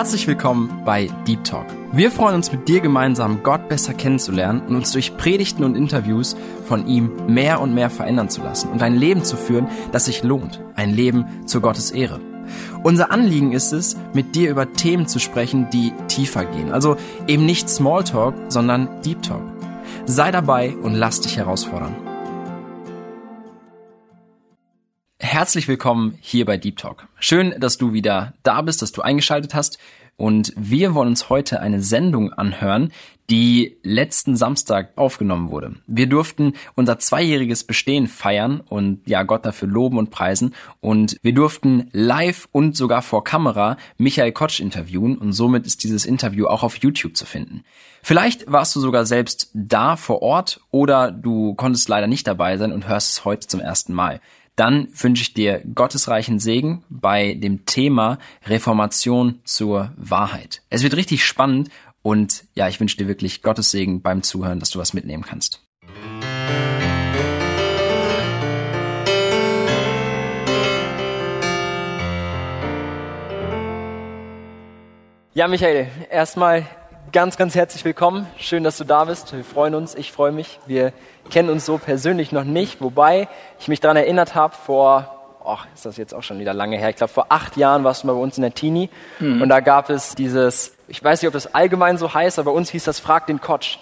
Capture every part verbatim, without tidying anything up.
Herzlich willkommen bei Deep Talk. Wir freuen uns, mit dir gemeinsam Gott besser kennenzulernen und uns durch Predigten und Interviews von ihm mehr und mehr verändern zu lassen und ein Leben zu führen, das sich lohnt. Ein Leben zu Gottes Ehre. Unser Anliegen ist es, mit dir über Themen zu sprechen, die tiefer gehen. Also eben nicht Smalltalk, sondern Deep Talk. Sei dabei und lass dich herausfordern. Herzlich willkommen hier bei Deep Talk. Schön, dass du wieder da bist, dass du eingeschaltet hast. Und wir wollen uns heute eine Sendung anhören, die letzten Samstag aufgenommen wurde. Wir durften unser zweijähriges Bestehen feiern und ja Gott dafür loben und preisen. Und wir durften live und sogar vor Kamera Michael Kotsch interviewen. Und somit ist dieses Interview auch auf YouTube zu finden. Vielleicht warst du sogar selbst da vor Ort oder du konntest leider nicht dabei sein und hörst es heute zum ersten Mal. Dann wünsche ich dir gottesreichen Segen bei dem Thema Reformation zur Wahrheit. Es wird richtig spannend und ja, ich wünsche dir wirklich Gottes Segen beim Zuhören, dass du was mitnehmen kannst. Ja, Michael, erstmal ganz, ganz herzlich willkommen. Schön, dass du da bist. Wir freuen uns, ich freue mich. Wir kennen uns so persönlich noch nicht, wobei ich mich daran erinnert habe, vor, ach, ist das jetzt auch schon wieder lange her, ich glaube vor acht Jahren warst du mal bei uns in der Teenie mhm. und da gab es dieses, ich weiß nicht, ob das allgemein so heißt, aber bei uns hieß das Frag den Kotsch.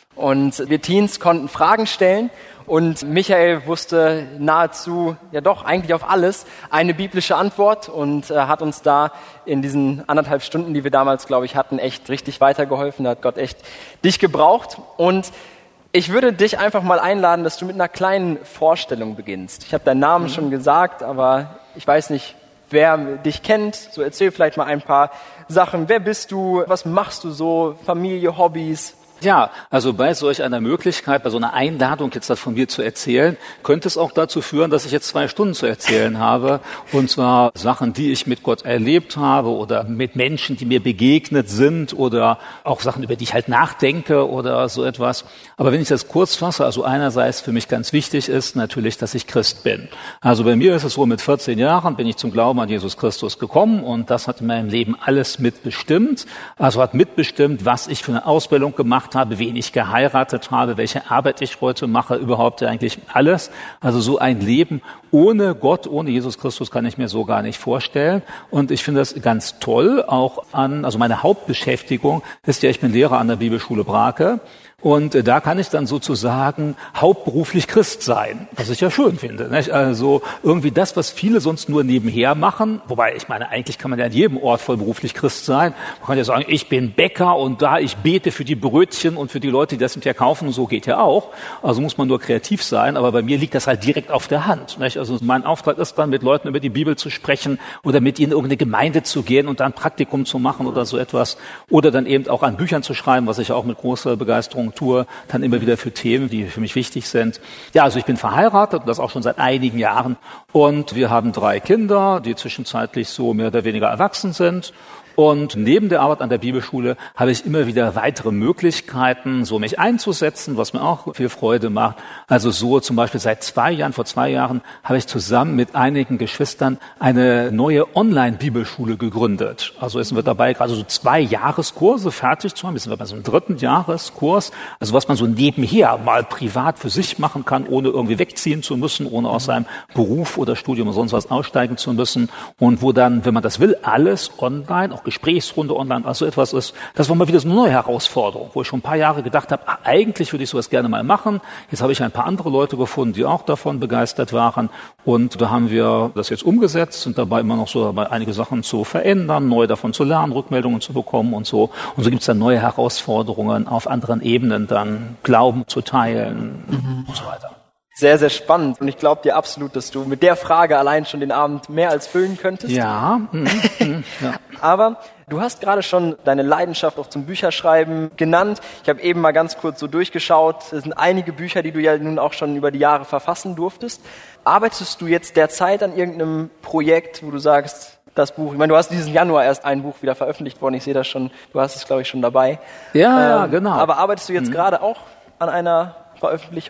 Und wir Teens konnten Fragen stellen und Michael wusste nahezu, ja doch, eigentlich auf alles eine biblische Antwort und äh, hat uns da in diesen anderthalb Stunden, die wir damals, glaube ich, hatten, echt richtig weitergeholfen. Da hat Gott echt dich gebraucht. Und ich würde dich einfach mal einladen, dass du mit einer kleinen Vorstellung beginnst. Ich habe deinen Namen mhm. schon gesagt, aber ich weiß nicht, wer dich kennt. So erzähl vielleicht mal ein paar Sachen. Wer bist du? Was machst du so? Familie, Hobbys? Ja, also bei solch einer Möglichkeit, bei so einer Einladung jetzt das von mir zu erzählen, könnte es auch dazu führen, dass ich jetzt zwei Stunden zu erzählen habe. Und zwar Sachen, die ich mit Gott erlebt habe oder mit Menschen, die mir begegnet sind oder auch Sachen, über die ich halt nachdenke oder so etwas. Aber wenn ich das kurz fasse, also einerseits für mich ganz wichtig ist natürlich, dass ich Christ bin. Also bei mir ist es so, mit vierzehn Jahren bin ich zum Glauben an Jesus Christus gekommen und das hat in meinem Leben alles mitbestimmt. Also hat mitbestimmt, was ich für eine Ausbildung gemacht habe, wen ich geheiratet habe, welche Arbeit ich heute mache, überhaupt eigentlich alles. Also so ein Leben ohne Gott, ohne Jesus Christus kann ich mir so gar nicht vorstellen. Und ich finde das ganz toll, auch an, also meine Hauptbeschäftigung ist ja, ich bin Lehrer an der Bibelschule Brake. Und da kann ich dann sozusagen hauptberuflich Christ sein, was ich ja schön finde. Nicht? Also irgendwie das, was viele sonst nur nebenher machen, wobei ich meine, eigentlich kann man ja an jedem Ort vollberuflich Christ sein. Man kann ja sagen, ich bin Bäcker und da ich bete für die Brötchen und für die Leute, die das hinterher kaufen, und so geht ja auch. Also muss man nur kreativ sein, aber bei mir liegt das halt direkt auf der Hand. Nicht? Also mein Auftrag ist dann, mit Leuten über die Bibel zu sprechen oder mit ihnen in irgendeine Gemeinde zu gehen und dann Praktikum zu machen oder so etwas. Oder dann eben auch an Büchern zu schreiben, was ich auch mit großer Begeisterung tue, dann immer wieder für Themen, die für mich wichtig sind. Ja, also ich bin verheiratet und das auch schon seit einigen Jahren und wir haben drei Kinder, die zwischenzeitlich so mehr oder weniger erwachsen sind. Und neben der Arbeit an der Bibelschule habe ich immer wieder weitere Möglichkeiten, so mich einzusetzen, was mir auch viel Freude macht. Also so zum Beispiel seit zwei Jahren, vor zwei Jahren, habe ich zusammen mit einigen Geschwistern eine neue Online-Bibelschule gegründet. Also sind wir dabei, gerade so zwei Jahreskurse fertig zu haben. Jetzt sind wir bei so einem dritten Jahreskurs. Also was man so nebenher mal privat für sich machen kann, ohne irgendwie wegziehen zu müssen, ohne aus seinem Beruf oder Studium oder sonst was aussteigen zu müssen. Und wo dann, wenn man das will, alles online, auch Gesprächsrunde online, also etwas ist, das war mal wieder so eine neue Herausforderung, wo ich schon ein paar Jahre gedacht habe, ach, eigentlich würde ich sowas gerne mal machen. Jetzt habe ich ein paar andere Leute gefunden, die auch davon begeistert waren und da haben wir das jetzt umgesetzt, sind dabei immer noch so dabei, einige Sachen zu verändern, neu davon zu lernen, Rückmeldungen zu bekommen und so. Und so gibt es dann neue Herausforderungen auf anderen Ebenen, dann Glauben zu teilen mhm. und so weiter. Sehr, sehr spannend. Und ich glaube dir absolut, dass du mit der Frage allein schon den Abend mehr als füllen könntest. Ja. Mhm. ja. Aber du hast gerade schon deine Leidenschaft auch zum Bücherschreiben genannt. Ich habe eben mal ganz kurz so durchgeschaut. Es sind einige Bücher, die du ja nun auch schon über die Jahre verfassen durftest. Arbeitest du jetzt derzeit an irgendeinem Projekt, wo du sagst, das Buch, ich meine, du hast diesen Januar erst ein Buch wieder veröffentlicht worden. Ich sehe das schon, du hast es, glaube ich, schon dabei. Ja, ähm, ja, genau. Aber arbeitest du jetzt mhm. gerade auch an einer Veröffentlichung?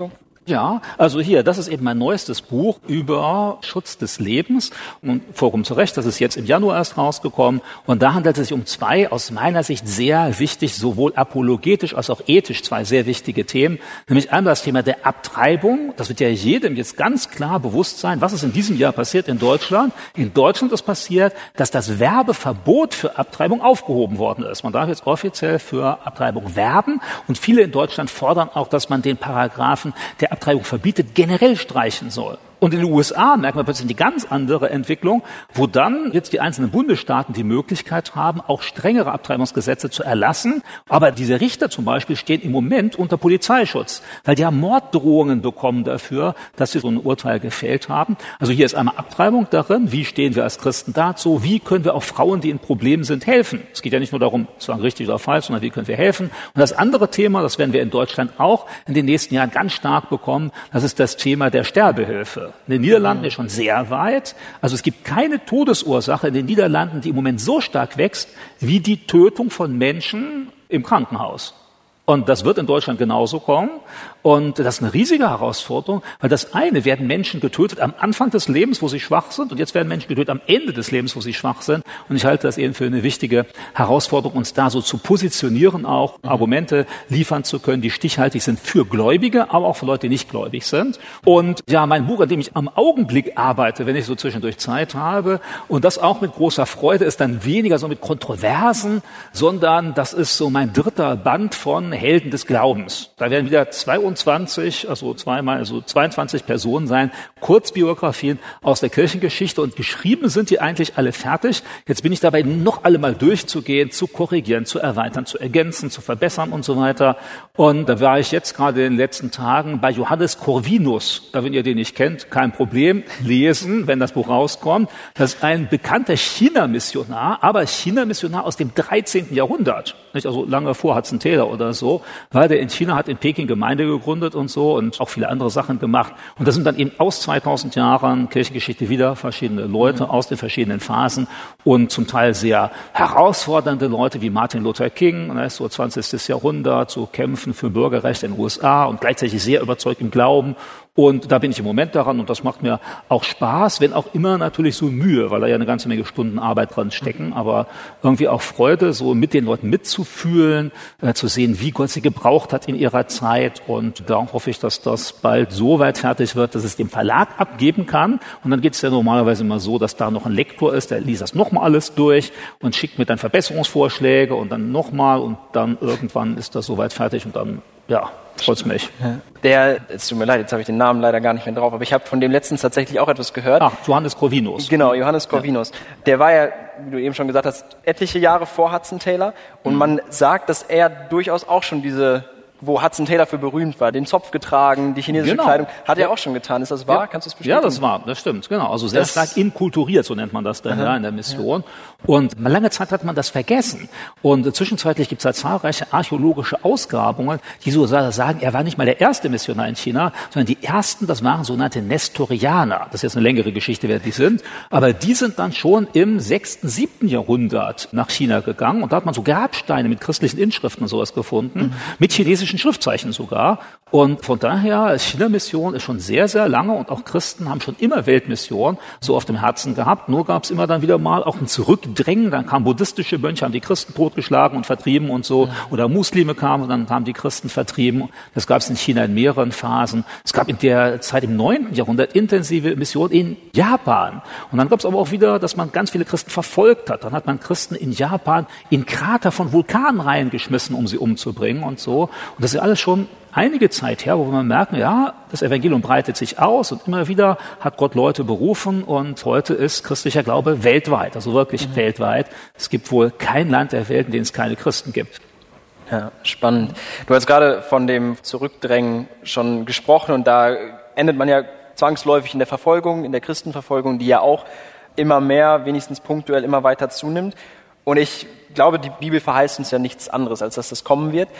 Ja, also hier, das ist eben mein neuestes Buch über Schutz des Lebens und vollkommen zu Recht, das ist jetzt im Januar erst rausgekommen und da handelt es sich um zwei aus meiner Sicht sehr wichtig, sowohl apologetisch als auch ethisch zwei sehr wichtige Themen, nämlich einmal das Thema der Abtreibung, das wird ja jedem jetzt ganz klar bewusst sein, was ist in diesem Jahr passiert in Deutschland. In Deutschland ist passiert, dass das Werbeverbot für Abtreibung aufgehoben worden ist. Man darf jetzt offiziell für Abtreibung werben und viele in Deutschland fordern auch, dass man den Paragraphen der Abtreibung verbietet, generell streichen soll. Und in den U S A merkt man plötzlich eine ganz andere Entwicklung, wo dann jetzt die einzelnen Bundesstaaten die Möglichkeit haben, auch strengere Abtreibungsgesetze zu erlassen. Aber diese Richter zum Beispiel stehen im Moment unter Polizeischutz, weil die haben Morddrohungen bekommen dafür, dass sie so ein Urteil gefällt haben. Also hier ist einmal Abtreibung darin. Wie stehen wir als Christen dazu? Wie können wir auch Frauen, die in Problemen sind, helfen? Es geht ja nicht nur darum, zu sagen richtig oder falsch, sondern wie können wir helfen? Und das andere Thema, das werden wir in Deutschland auch in den nächsten Jahren ganz stark bekommen, das ist das Thema der Sterbehilfe. In den Niederlanden ist schon sehr weit. Also es gibt keine Todesursache in den Niederlanden, die im Moment so stark wächst, wie die Tötung von Menschen im Krankenhaus. Und das wird in Deutschland genauso kommen. Und das ist eine riesige Herausforderung, weil das eine, werden Menschen getötet am Anfang des Lebens, wo sie schwach sind, und jetzt werden Menschen getötet am Ende des Lebens, wo sie schwach sind. Und ich halte das eben für eine wichtige Herausforderung, uns da so zu positionieren, auch mhm. Argumente liefern zu können, die stichhaltig sind für Gläubige, aber auch für Leute, die nicht gläubig sind. Und ja, mein Buch, an dem ich am Augenblick arbeite, wenn ich so zwischendurch Zeit habe, und das auch mit großer Freude, ist dann weniger so mit Kontroversen, sondern das ist so mein dritter Band von Helden des Glaubens. Da werden wieder zweiundzwanzig, also zweimal, also zweiundzwanzig Personen sein, Kurzbiografien aus der Kirchengeschichte, und geschrieben sind die eigentlich alle fertig. Jetzt bin ich dabei, noch alle mal durchzugehen, zu korrigieren, zu erweitern, zu ergänzen, zu verbessern und so weiter. Und da war ich jetzt gerade in den letzten Tagen bei Johannes Corvinus. Da, wenn ihr den nicht kennt, kein Problem, lesen, wenn das Buch rauskommt. Das ist ein bekannter China-Missionar, aber China-Missionar aus dem dreizehnten Jahrhundert. Nicht, also lange vor Hudson Taylor oder so, weil der in China hat in Peking Gemeinde gegründet und so und auch viele andere Sachen gemacht. Und da sind dann eben aus zweitausend Jahren Kirchengeschichte wieder verschiedene Leute mhm. aus den verschiedenen Phasen und zum Teil sehr herausfordernde Leute wie Martin Luther King, und er ist so zwanzigstes Jahrhundert, so kämpfen für Bürgerrechte in den U S A und gleichzeitig sehr überzeugt im Glauben. Und da bin ich im Moment daran, und das macht mir auch Spaß, wenn auch immer natürlich so Mühe, weil da ja eine ganze Menge Stunden Arbeit dran stecken, aber irgendwie auch Freude, so mit den Leuten mitzufühlen, äh, zu sehen, wie Gott sie gebraucht hat in ihrer Zeit. Und da hoffe ich, dass das bald so weit fertig wird, dass es dem Verlag abgeben kann. Und dann geht es ja normalerweise immer so, dass da noch ein Lektor ist, der liest das nochmal alles durch und schickt mir dann Verbesserungsvorschläge und dann nochmal, und dann irgendwann ist das soweit fertig und dann, ja, freut's mich. Ja. Der, es tut mir leid, jetzt habe ich den Namen leider gar nicht mehr drauf, aber ich habe von dem letztens tatsächlich auch etwas gehört. Ach, Johannes Corvinus. Genau, Johannes Corvinus. Ja. Der war ja, wie du eben schon gesagt hast, etliche Jahre vor Hudson Taylor, und mhm. man sagt, dass er durchaus auch schon diese, wo Hudson Taylor für berühmt war, den Zopf getragen, die chinesische genau. Kleidung, hat er auch schon getan. Ist das wahr? Ja. Kannst du es bestätigen? Ja, das war, das stimmt, genau. Also sehr das stark inkulturiert, so nennt man das dann ja, in der Mission. Ja. Und lange Zeit hat man das vergessen. Und zwischenzeitlich gibt es halt zahlreiche archäologische Ausgrabungen, die so sagen, er war nicht mal der erste Missionar in China, sondern die ersten, das waren sogenannte Nestorianer. Das ist jetzt eine längere Geschichte, wer die sind. Aber die sind dann schon im sechsten, siebten Jahrhundert nach China gegangen. Und da hat man so Grabsteine mit christlichen Inschriften und sowas gefunden, mhm. mit chinesischen Schriftzeichen sogar. Und von daher, China-Mission ist schon sehr, sehr lange, und auch Christen haben schon immer Weltmission so auf dem Herzen gehabt. Nur gab es immer dann wieder mal auch ein Zurückdrängen. Dann kamen buddhistische Mönche, haben die Christen totgeschlagen und vertrieben und so. Oder Muslime kamen und dann haben die Christen vertrieben. Das gab es in China in mehreren Phasen. Es gab in der Zeit im neunten Jahrhundert intensive Missionen in Japan. Und dann gab es aber auch wieder, dass man ganz viele Christen verfolgt hat. Dann hat man Christen in Japan in Krater von Vulkanen reingeschmissen, um sie umzubringen und so. Und das ist alles schon einige Zeit her, wo wir merken, ja, das Evangelium breitet sich aus, und immer wieder hat Gott Leute berufen, und heute ist christlicher Glaube weltweit, also wirklich mhm. weltweit. Es gibt wohl kein Land der Welt, in dem es keine Christen gibt. Ja, spannend. Du hast gerade von dem Zurückdrängen schon gesprochen, und da endet man ja zwangsläufig in der Verfolgung, in der Christenverfolgung, die ja auch immer mehr, wenigstens punktuell, immer weiter zunimmt. Und ich glaube, die Bibel verheißt uns ja nichts anderes, als dass das kommen wird.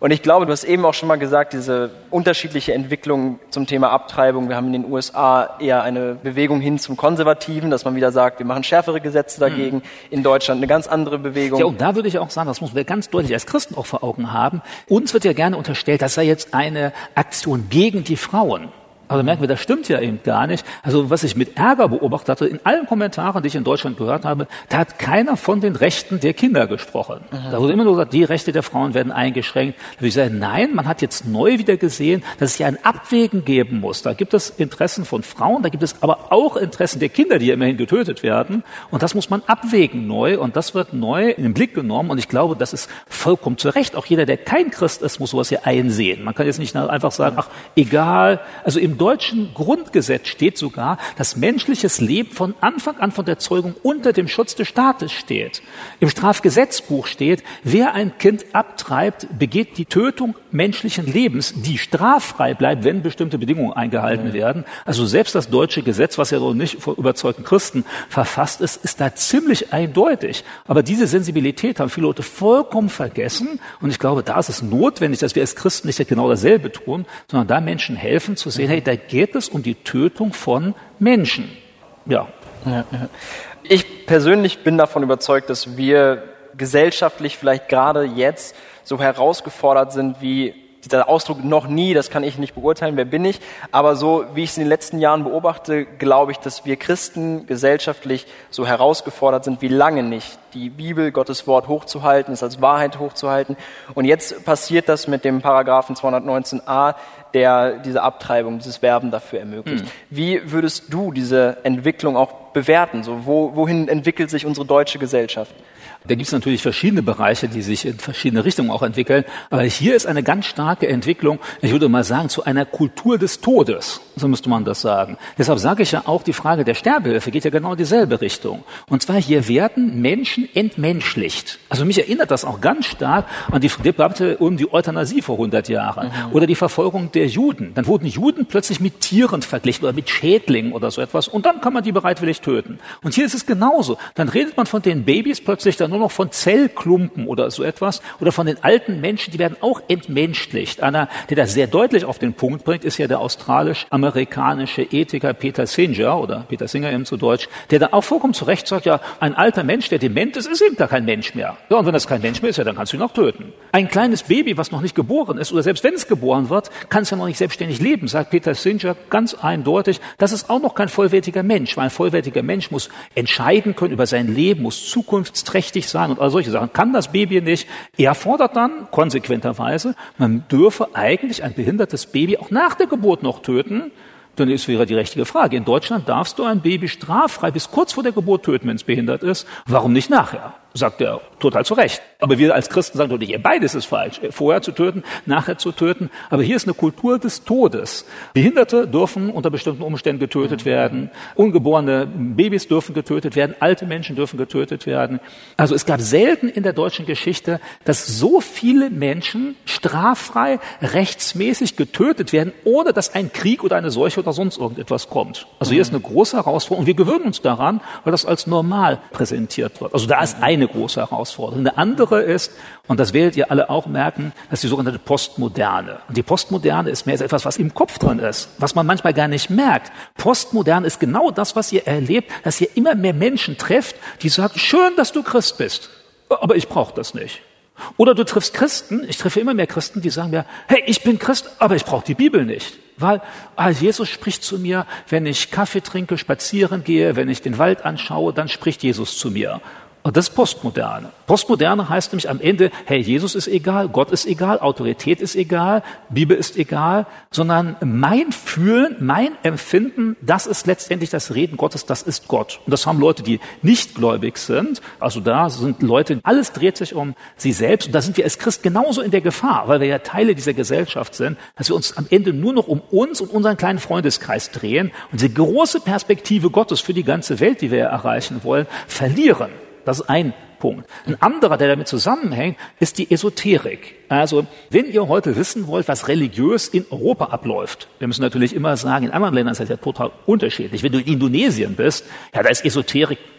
Und ich glaube, du hast eben auch schon mal gesagt, diese unterschiedliche Entwicklung zum Thema Abtreibung. Wir haben in den U S A eher eine Bewegung hin zum Konservativen, dass man wieder sagt, wir machen schärfere Gesetze dagegen. Mhm. In Deutschland eine ganz andere Bewegung. Ja, und da würde ich auch sagen, das muss man ganz deutlich als Christen auch vor Augen haben. Uns wird ja gerne unterstellt, das sei jetzt eine Aktion gegen die Frauen. Aber merken wir, das stimmt ja eben gar nicht. Also was ich mit Ärger beobachtet hatte, in allen Kommentaren, die ich in Deutschland gehört habe, da hat keiner von den Rechten der Kinder gesprochen. Mhm. Da wurde immer nur gesagt, die Rechte der Frauen werden eingeschränkt. Da würde ich sagen, nein, man hat jetzt neu wieder gesehen, dass es ja ein Abwägen geben muss. Da gibt es Interessen von Frauen, da gibt es aber auch Interessen der Kinder, die ja immerhin getötet werden. Und das muss man abwägen neu. Und das wird neu in den Blick genommen. Und ich glaube, das ist vollkommen zu Recht. Auch jeder, der kein Christ ist, muss sowas hier einsehen. Man kann jetzt nicht einfach sagen, ach, egal. Also im deutschen Grundgesetz steht sogar, dass menschliches Leben von Anfang an von der Zeugung unter dem Schutz des Staates steht. Im Strafgesetzbuch steht, wer ein Kind abtreibt, begeht die Tötung menschlichen Lebens, die straffrei bleibt, wenn bestimmte Bedingungen eingehalten mhm. werden. Also selbst das deutsche Gesetz, was ja so nicht von überzeugten Christen verfasst ist, ist da ziemlich eindeutig. Aber diese Sensibilität haben viele Leute vollkommen vergessen. Und ich glaube, da ist es notwendig, dass wir als Christen nicht genau dasselbe tun, sondern da Menschen helfen zu sehen, hey, da geht es um die Tötung von Menschen. Ja. Ja, ja. Ich persönlich bin davon überzeugt, dass wir gesellschaftlich vielleicht gerade jetzt so herausgefordert sind wie dieser Ausdruck noch nie, das kann ich nicht beurteilen, wer bin ich, aber so wie ich es in den letzten Jahren beobachte, glaube ich, dass wir Christen gesellschaftlich so herausgefordert sind wie lange nicht, die Bibel, Gottes Wort hochzuhalten, es als Wahrheit hochzuhalten. Und jetzt passiert das mit dem Paragraphen zweihundertneunzehn a, der diese Abtreibung, dieses Werben dafür ermöglicht. Mhm. Wie würdest du diese Entwicklung auch bewerten? So, wo, wohin entwickelt sich unsere deutsche Gesellschaft? Da gibt es natürlich verschiedene Bereiche, die sich in verschiedene Richtungen auch entwickeln. Aber hier ist eine ganz starke Entwicklung, ich würde mal sagen, zu einer Kultur des Todes. So müsste man das sagen. Deshalb sage ich ja auch, die Frage der Sterbehilfe geht ja genau in dieselbe Richtung. Und zwar, hier werden Menschen entmenschlicht. Also mich erinnert das auch ganz stark an die Debatte um die Euthanasie vor hundert Jahren. Mhm. Oder die Verfolgung der Juden. Dann wurden Juden plötzlich mit Tieren verglichen oder mit Schädlingen oder so etwas. Und dann kann man die bereitwillig töten. Und hier ist es genauso. Dann redet man von den Babys plötzlich dann nur noch von Zellklumpen oder so etwas. Oder von den alten Menschen, die werden auch entmenschlicht. Einer, der das sehr deutlich auf den Punkt bringt, ist ja der australisch-amerikanische Ethiker Peter Singer, oder Peter Singer eben zu Deutsch, der dann auch vollkommen zu Recht sagt, ja, ein alter Mensch, der dement ist, ist eben gar kein Mensch mehr. Ja, und wenn das kein Mensch mehr ist, ja, dann kannst du ihn auch töten. Ein kleines Baby, was noch nicht geboren ist, oder selbst wenn es geboren wird, kann es ja noch nicht selbstständig leben, sagt Peter Singer ganz eindeutig. Das ist auch noch kein vollwertiger Mensch, weil ein vollwertiger Mensch muss entscheiden können über sein Leben, muss zukunftsträchtig sein und all solche Sachen. Kann das Baby nicht. Er fordert dann konsequenterweise, man dürfe eigentlich ein behindertes Baby auch nach der Geburt noch töten. Dann ist wäre die richtige Frage. In Deutschland darfst du ein Baby straffrei bis kurz vor der Geburt töten, wenn es behindert ist. Warum nicht nachher? Sagt er total zu Recht. Aber wir als Christen sagen, ja, beides ist falsch. Vorher zu töten, nachher zu töten. Aber hier ist eine Kultur des Todes. Behinderte dürfen unter bestimmten Umständen getötet werden. Ungeborene Babys dürfen getötet werden. Alte Menschen dürfen getötet werden. Also es gab selten in der deutschen Geschichte, dass so viele Menschen straffrei, rechtsmäßig getötet werden, ohne dass ein Krieg oder eine Seuche oder sonst irgendetwas kommt. Also hier ist eine große Herausforderung. Und wir gewöhnen uns daran, weil das als normal präsentiert wird. Also da ist eine große Herausforderung. Eine andere ist, und das werdet ihr alle auch merken, das ist die sogenannte Postmoderne. Und die Postmoderne ist mehr als etwas, was im Kopf drin ist, was man manchmal gar nicht merkt. Postmoderne ist genau das, was ihr erlebt, dass ihr immer mehr Menschen trefft, die sagen, schön, dass du Christ bist, aber ich brauche das nicht. Oder du triffst Christen, ich treffe immer mehr Christen, die sagen mir, hey, ich bin Christ, aber ich brauche die Bibel nicht. Weil ah, Jesus spricht zu mir, wenn ich Kaffee trinke, spazieren gehe, wenn ich den Wald anschaue, dann spricht Jesus zu mir. Und das ist Postmoderne. Postmoderne heißt nämlich am Ende, hey, Jesus ist egal, Gott ist egal, Autorität ist egal, Bibel ist egal, sondern mein Fühlen, mein Empfinden, das ist letztendlich das Reden Gottes, das ist Gott. Und das haben Leute, die nicht gläubig sind. Also da sind Leute, alles dreht sich um sie selbst. Und da sind wir als Christ genauso in der Gefahr, weil wir ja Teile dieser Gesellschaft sind, dass wir uns am Ende nur noch um uns und unseren kleinen Freundeskreis drehen und diese große Perspektive Gottes für die ganze Welt, die wir erreichen wollen, verlieren. Das ist ein Punkt. Ein anderer, der damit zusammenhängt, ist die Esoterik. Also, wenn ihr heute wissen wollt, was religiös in Europa abläuft, wir müssen natürlich immer sagen, in anderen Ländern ist das ja total unterschiedlich. Wenn du in Indonesien bist, ja, da ist Esoterik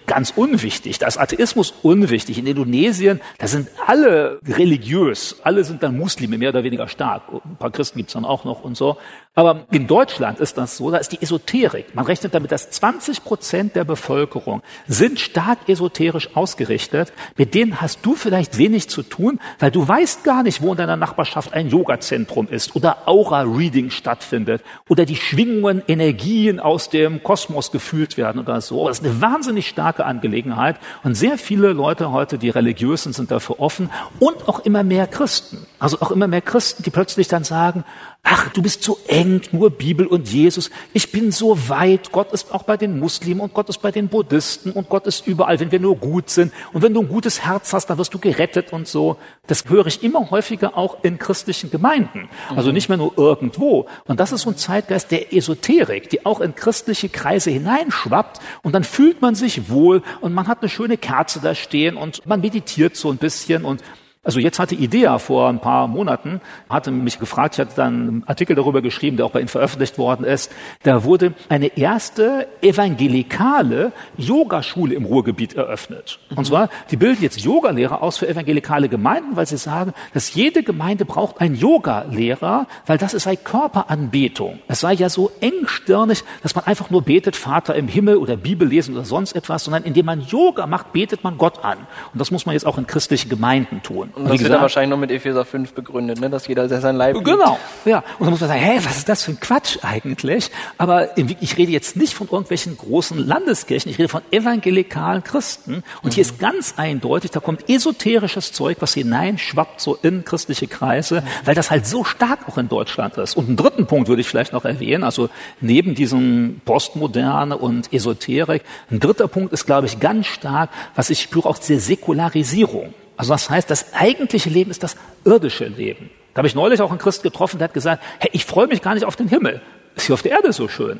ganz unwichtig. Da ist Atheismus unwichtig. In Indonesien, da sind alle religiös. Alle sind dann Muslime, mehr oder weniger stark. Ein paar Christen gibt's dann auch noch und so. Aber in Deutschland ist das so, da ist die Esoterik. Man rechnet damit, dass zwanzig Prozent der Bevölkerung sind stark esoterisch ausgerichtet. Mit denen hast du vielleicht wenig zu tun, weil du weißt gar nicht, wo in deiner Nachbarschaft ein Yoga-Zentrum ist oder Aura-Reading stattfindet oder die Schwingungen, Energien aus dem Kosmos gefühlt werden oder so. Das ist eine wahnsinnig starke Angelegenheit. Und sehr viele Leute heute, die religiös sind, sind dafür offen. Und auch immer mehr Christen. Also auch immer mehr Christen, die plötzlich dann sagen, ach, du bist so eng, nur Bibel und Jesus. Ich bin so weit. Gott ist auch bei den Muslimen und Gott ist bei den Buddhisten und Gott ist überall, wenn wir nur gut sind. Und wenn du ein gutes Herz hast, dann wirst du gerettet und so. Das höre ich immer häufiger auch in christlichen Gemeinden. Also nicht mehr nur irgendwo. Und das ist so ein Zeitgeist der Esoterik, die auch in christliche Kreise hineinschwappt. Und dann fühlt man sich wohl und man hat eine schöne Kerze da stehen und man meditiert so ein bisschen und also jetzt hatte IDEA vor ein paar Monaten, hatte mich gefragt, ich hatte dann einen Artikel darüber geschrieben, der auch bei Ihnen veröffentlicht worden ist, da wurde eine erste evangelikale Yogaschule im Ruhrgebiet eröffnet. Mhm. Und zwar, die bilden jetzt Yogalehrer aus für evangelikale Gemeinden, weil sie sagen, dass jede Gemeinde braucht einen Yogalehrer, weil das ist eine Körperanbetung. Es sei ja so engstirnig, dass man einfach nur betet, Vater im Himmel oder Bibel lesen oder sonst etwas, sondern indem man Yoga macht, betet man Gott an. Und das muss man jetzt auch in christlichen Gemeinden tun. Und das wird dann wahrscheinlich noch mit Epheser fünf begründet, ne? Dass jeder sein Leib liebt. Genau, ja. Und dann muss man sagen, hä, was ist das für ein Quatsch eigentlich? Aber ich rede jetzt nicht von irgendwelchen großen Landeskirchen, ich rede von evangelikalen Christen. Und mhm. hier ist ganz eindeutig, da kommt esoterisches Zeug, was hineinschwappt so in christliche Kreise, mhm. weil das halt so stark auch in Deutschland ist. Und einen dritten Punkt würde ich vielleicht noch erwähnen, also neben diesem Postmoderne und Esoterik, ein dritter Punkt ist, glaube ich, ganz stark, was ich spüre, auch diese Säkularisierung. Also das heißt, das eigentliche Leben ist das irdische Leben. Da habe ich neulich auch einen Christ getroffen, der hat gesagt, hey, ich freue mich gar nicht auf den Himmel. Ist hier auf der Erde so schön.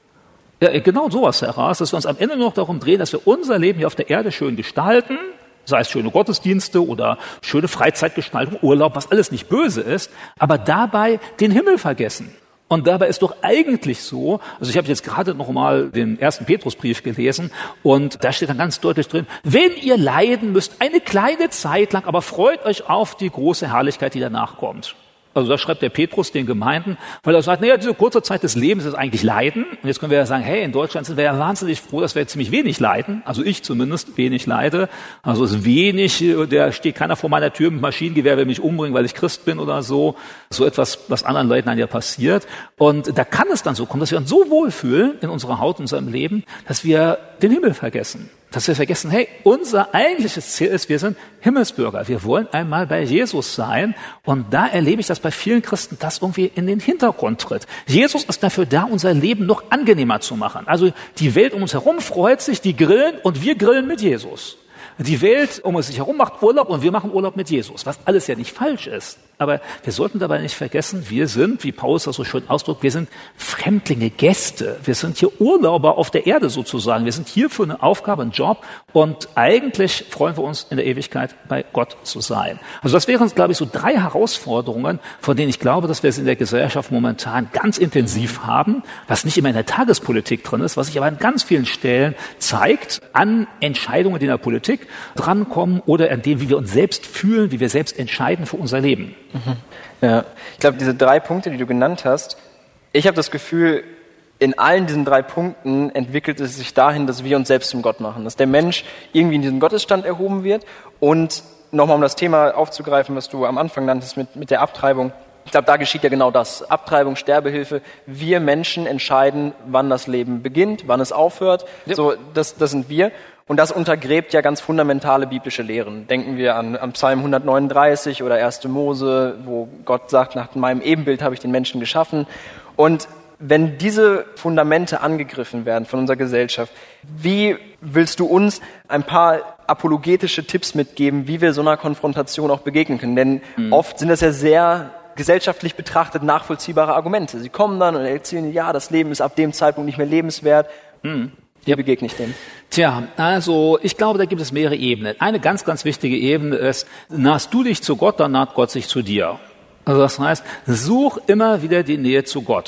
Ja, genau sowas heraus, dass wir uns am Ende nur noch darum drehen, dass wir unser Leben hier auf der Erde schön gestalten, sei es schöne Gottesdienste oder schöne Freizeitgestaltung, Urlaub, was alles nicht böse ist, aber dabei den Himmel vergessen. Und dabei ist doch eigentlich so, also ich habe jetzt gerade noch mal den ersten Petrusbrief gelesen und da steht dann ganz deutlich drin, wenn ihr leiden müsst, eine kleine Zeit lang, aber freut euch auf die große Herrlichkeit, die danach kommt. Also da schreibt der Petrus den Gemeinden, weil er sagt, naja, diese kurze Zeit des Lebens ist eigentlich Leiden. Und jetzt können wir ja sagen, hey, in Deutschland sind wir ja wahnsinnig froh, dass wir ziemlich wenig leiden. Also ich zumindest wenig leide. Also es ist wenig, da steht keiner vor meiner Tür mit Maschinengewehr, will mich umbringen, weil ich Christ bin oder so. So etwas, was anderen Leuten dann ja passiert. Und da kann es dann so kommen, dass wir uns so wohlfühlen in unserer Haut, in unserem Leben, dass wir den Himmel vergessen. Dass wir vergessen, hey, unser eigentliches Ziel ist, wir sind Himmelsbürger. Wir wollen einmal bei Jesus sein. Und da erlebe ich, dass bei vielen Christen das irgendwie in den Hintergrund tritt. Jesus ist dafür da, unser Leben noch angenehmer zu machen. Also die Welt um uns herum freut sich, die grillen und wir grillen mit Jesus. Die Welt um uns herum macht Urlaub und wir machen Urlaub mit Jesus. Was alles ja nicht falsch ist. Aber wir sollten dabei nicht vergessen, wir sind, wie Paulus das so schön ausdrückt, wir sind Fremdlinge, Gäste. Wir sind hier Urlauber auf der Erde sozusagen. Wir sind hier für eine Aufgabe, einen Job und eigentlich freuen wir uns in der Ewigkeit bei Gott zu sein. Also das wären, glaube ich, so drei Herausforderungen, von denen ich glaube, dass wir es in der Gesellschaft momentan ganz intensiv haben, was nicht immer in der Tagespolitik drin ist, was sich aber an ganz vielen Stellen zeigt, an Entscheidungen, die in der Politik drankommen oder an dem, wie wir uns selbst fühlen, wie wir selbst entscheiden für unser Leben. Mhm. Ja, ich glaube, diese drei Punkte, die du genannt hast, ich habe das Gefühl, in allen diesen drei Punkten entwickelt es sich dahin, dass wir uns selbst zum Gott machen, dass der Mensch irgendwie in diesen Gottesstand erhoben wird. Und nochmal, um das Thema aufzugreifen, was du am Anfang nanntest mit, mit der Abtreibung, ich glaube, da geschieht ja genau das. Abtreibung, Sterbehilfe. Wir Menschen entscheiden, wann das Leben beginnt, wann es aufhört. Ja. So, das, das sind wir. Und das untergräbt ja ganz fundamentale biblische Lehren. Denken wir an, an Psalm hundertneununddreißig oder erste Mose, wo Gott sagt, nach meinem Ebenbild habe ich den Menschen geschaffen. Und wenn diese Fundamente angegriffen werden von unserer Gesellschaft, wie willst du uns ein paar apologetische Tipps mitgeben, wie wir so einer Konfrontation auch begegnen können? Denn mhm. oft sind das ja sehr gesellschaftlich betrachtet nachvollziehbare Argumente. Sie kommen dann und erzählen, ja, das Leben ist ab dem Zeitpunkt nicht mehr lebenswert. Mhm. Wie begegne ich dem? Tja, also ich glaube, da gibt es mehrere Ebenen. Eine ganz, ganz wichtige Ebene ist, nahst du dich zu Gott, dann naht Gott sich zu dir. Also das heißt, such immer wieder die Nähe zu Gott.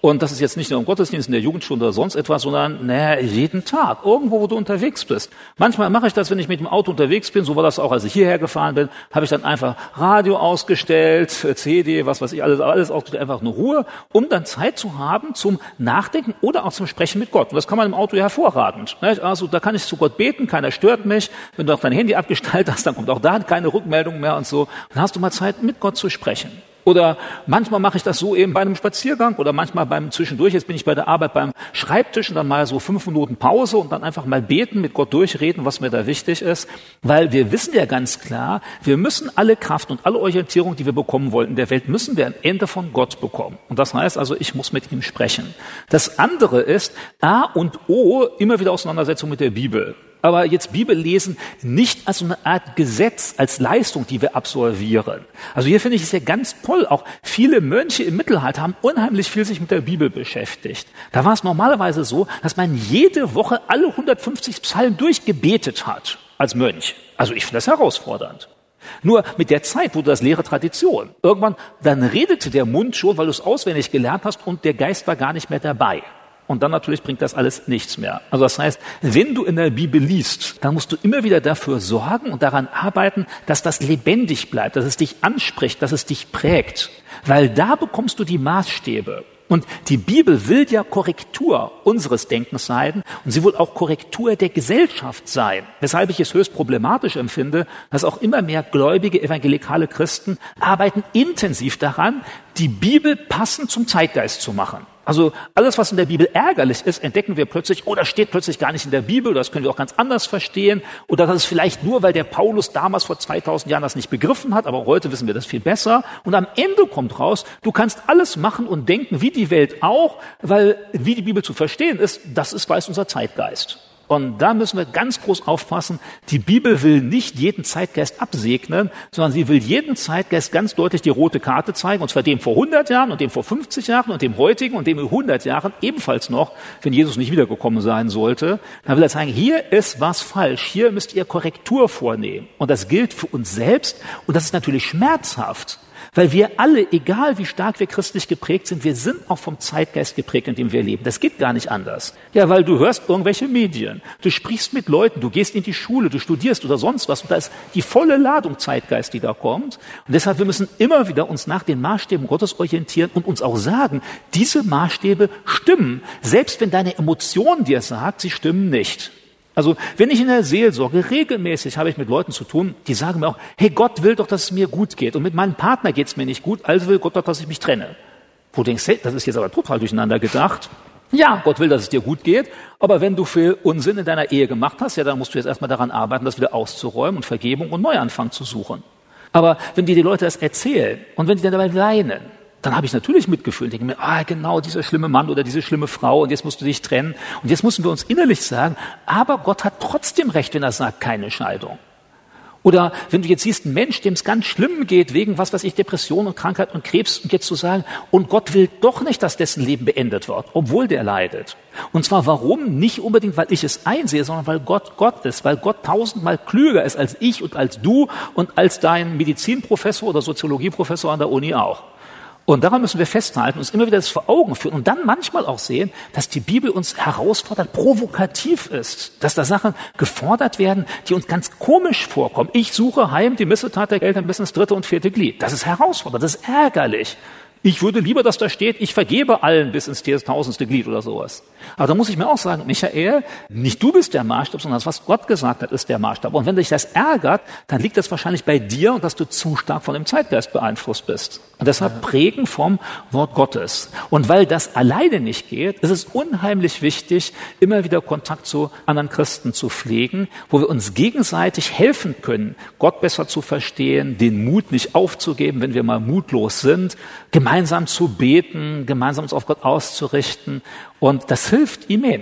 Und das ist jetzt nicht nur im Gottesdienst, in der Jugendstunde oder sonst etwas, sondern naja, jeden Tag, irgendwo, wo du unterwegs bist. Manchmal mache ich das, wenn ich mit dem Auto unterwegs bin, so war das auch, als ich hierher gefahren bin, habe ich dann einfach Radio ausgestellt, C D, was weiß ich, alles, alles ausgestellt, einfach nur Ruhe, um dann Zeit zu haben zum Nachdenken oder auch zum Sprechen mit Gott. Und das kann man im Auto ja hervorragend. Also da kann ich zu Gott beten, keiner stört mich. Wenn du auch dein Handy abgestellt hast, dann kommt auch da keine Rückmeldung mehr und so. Dann hast du mal Zeit, mit Gott zu sprechen. Oder manchmal mache ich das so eben bei einem Spaziergang oder manchmal beim Zwischendurch. Jetzt bin ich bei der Arbeit beim Schreibtisch und dann mal so fünf Minuten Pause und dann einfach mal beten, mit Gott durchreden, was mir da wichtig ist. Weil wir wissen ja ganz klar, wir müssen alle Kraft und alle Orientierung, die wir bekommen wollen in der Welt, müssen wir am Ende von Gott bekommen. Und das heißt also, ich muss mit ihm sprechen. Das andere ist A und O, immer wieder Auseinandersetzung mit der Bibel. Aber jetzt Bibel lesen nicht als so eine Art Gesetz, als Leistung, die wir absolvieren. Also hier finde ich es ja ganz toll. Auch viele Mönche im Mittelalter haben unheimlich viel sich mit der Bibel beschäftigt. Da war es normalerweise so, dass man jede Woche alle hundertfünfzig Psalmen durchgebetet hat als Mönch. Also ich finde das herausfordernd. Nur mit der Zeit wurde das leere Tradition. Irgendwann, dann redete der Mund schon, weil du es auswendig gelernt hast und der Geist war gar nicht mehr dabei. Und dann natürlich bringt das alles nichts mehr. Also das heißt, wenn du in der Bibel liest, dann musst du immer wieder dafür sorgen und daran arbeiten, dass das lebendig bleibt, dass es dich anspricht, dass es dich prägt. Weil da bekommst du die Maßstäbe. Und die Bibel will ja Korrektur unseres Denkens sein und sie will auch Korrektur der Gesellschaft sein. Weshalb ich es höchst problematisch empfinde, dass auch immer mehr gläubige evangelikale Christen arbeiten intensiv daran, die Bibel passend zum Zeitgeist zu machen. Also alles, was in der Bibel ärgerlich ist, entdecken wir plötzlich, oh, das steht plötzlich gar nicht in der Bibel, das können wir auch ganz anders verstehen. Oder das ist vielleicht nur, weil der Paulus damals vor zweitausend Jahren das nicht begriffen hat, aber heute wissen wir das viel besser. Und am Ende kommt raus, du kannst alles machen und denken, wie die Welt auch, weil wie die Bibel zu verstehen ist, das ist, weiß unser Zeitgeist. Und da müssen wir ganz groß aufpassen. Die Bibel will nicht jeden Zeitgeist absegnen, sondern sie will jeden Zeitgeist ganz deutlich die rote Karte zeigen, und zwar dem vor hundert Jahren und dem vor fünfzig Jahren und dem heutigen und dem in hundert Jahren ebenfalls noch, wenn Jesus nicht wiedergekommen sein sollte. Dann will er sagen, hier ist was falsch, hier müsst ihr Korrektur vornehmen. Und das gilt für uns selbst und das ist natürlich schmerzhaft. Weil wir alle, egal wie stark wir christlich geprägt sind, wir sind auch vom Zeitgeist geprägt, in dem wir leben. Das geht gar nicht anders. Ja, weil du hörst irgendwelche Medien, du sprichst mit Leuten, du gehst in die Schule, du studierst oder sonst was und da ist die volle Ladung Zeitgeist, die da kommt. Und deshalb, wir müssen immer wieder uns nach den Maßstäben Gottes orientieren und uns auch sagen, diese Maßstäbe stimmen, selbst wenn deine Emotion dir sagt, sie stimmen nicht. Also wenn ich in der Seelsorge regelmäßig habe ich mit Leuten zu tun, die sagen mir auch, hey, Gott will doch, dass es mir gut geht und mit meinem Partner geht es mir nicht gut, also will Gott doch, dass ich mich trenne. Wo du denkst, hey, das ist jetzt aber total durcheinander gedacht. Ja, Gott will, dass es dir gut geht, aber wenn du viel Unsinn in deiner Ehe gemacht hast, ja, dann musst du jetzt erstmal daran arbeiten, das wieder auszuräumen und Vergebung und Neuanfang zu suchen. Aber wenn dir die Leute das erzählen und wenn die dann dabei weinen, dann habe ich natürlich Mitgefühl und denke mir, ah, genau, dieser schlimme Mann oder diese schlimme Frau und jetzt musst du dich trennen. Und jetzt müssen wir uns innerlich sagen, aber Gott hat trotzdem recht, wenn er sagt, keine Scheidung. Oder wenn du jetzt siehst, ein Mensch, dem es ganz schlimm geht, wegen, was weiß ich, Depression und Krankheit und Krebs, und jetzt zu sagen, und Gott will doch nicht, dass dessen Leben beendet wird, obwohl der leidet. Und zwar warum? Nicht unbedingt, weil ich es einsehe, sondern weil Gott Gott ist, weil Gott tausendmal klüger ist als ich und als du und als dein Medizinprofessor oder Soziologieprofessor an der Uni auch. Und daran müssen wir festhalten, uns immer wieder das vor Augen führen und dann manchmal auch sehen, dass die Bibel uns herausfordert, provokativ ist, dass da Sachen gefordert werden, die uns ganz komisch vorkommen. Ich suche heim die Missetat der Eltern bis ins dritte und vierte Glied. Das ist herausfordernd, das ist ärgerlich. Ich würde lieber, dass da steht, ich vergebe allen bis ins tausendste Glied oder sowas. Aber da muss ich mir auch sagen, Michael, nicht du bist der Maßstab, sondern das, was Gott gesagt hat, ist der Maßstab. Und wenn dich das ärgert, dann liegt das wahrscheinlich bei dir und dass du zu stark von dem Zeitgeist beeinflusst bist. Und deshalb prägen vom Wort Gottes. Und weil das alleine nicht geht, ist es unheimlich wichtig, immer wieder Kontakt zu anderen Christen zu pflegen, wo wir uns gegenseitig helfen können, Gott besser zu verstehen, den Mut nicht aufzugeben, wenn wir mal mutlos sind, gemeinsam zu beten, gemeinsam uns auf Gott auszurichten. Und das hilft immens.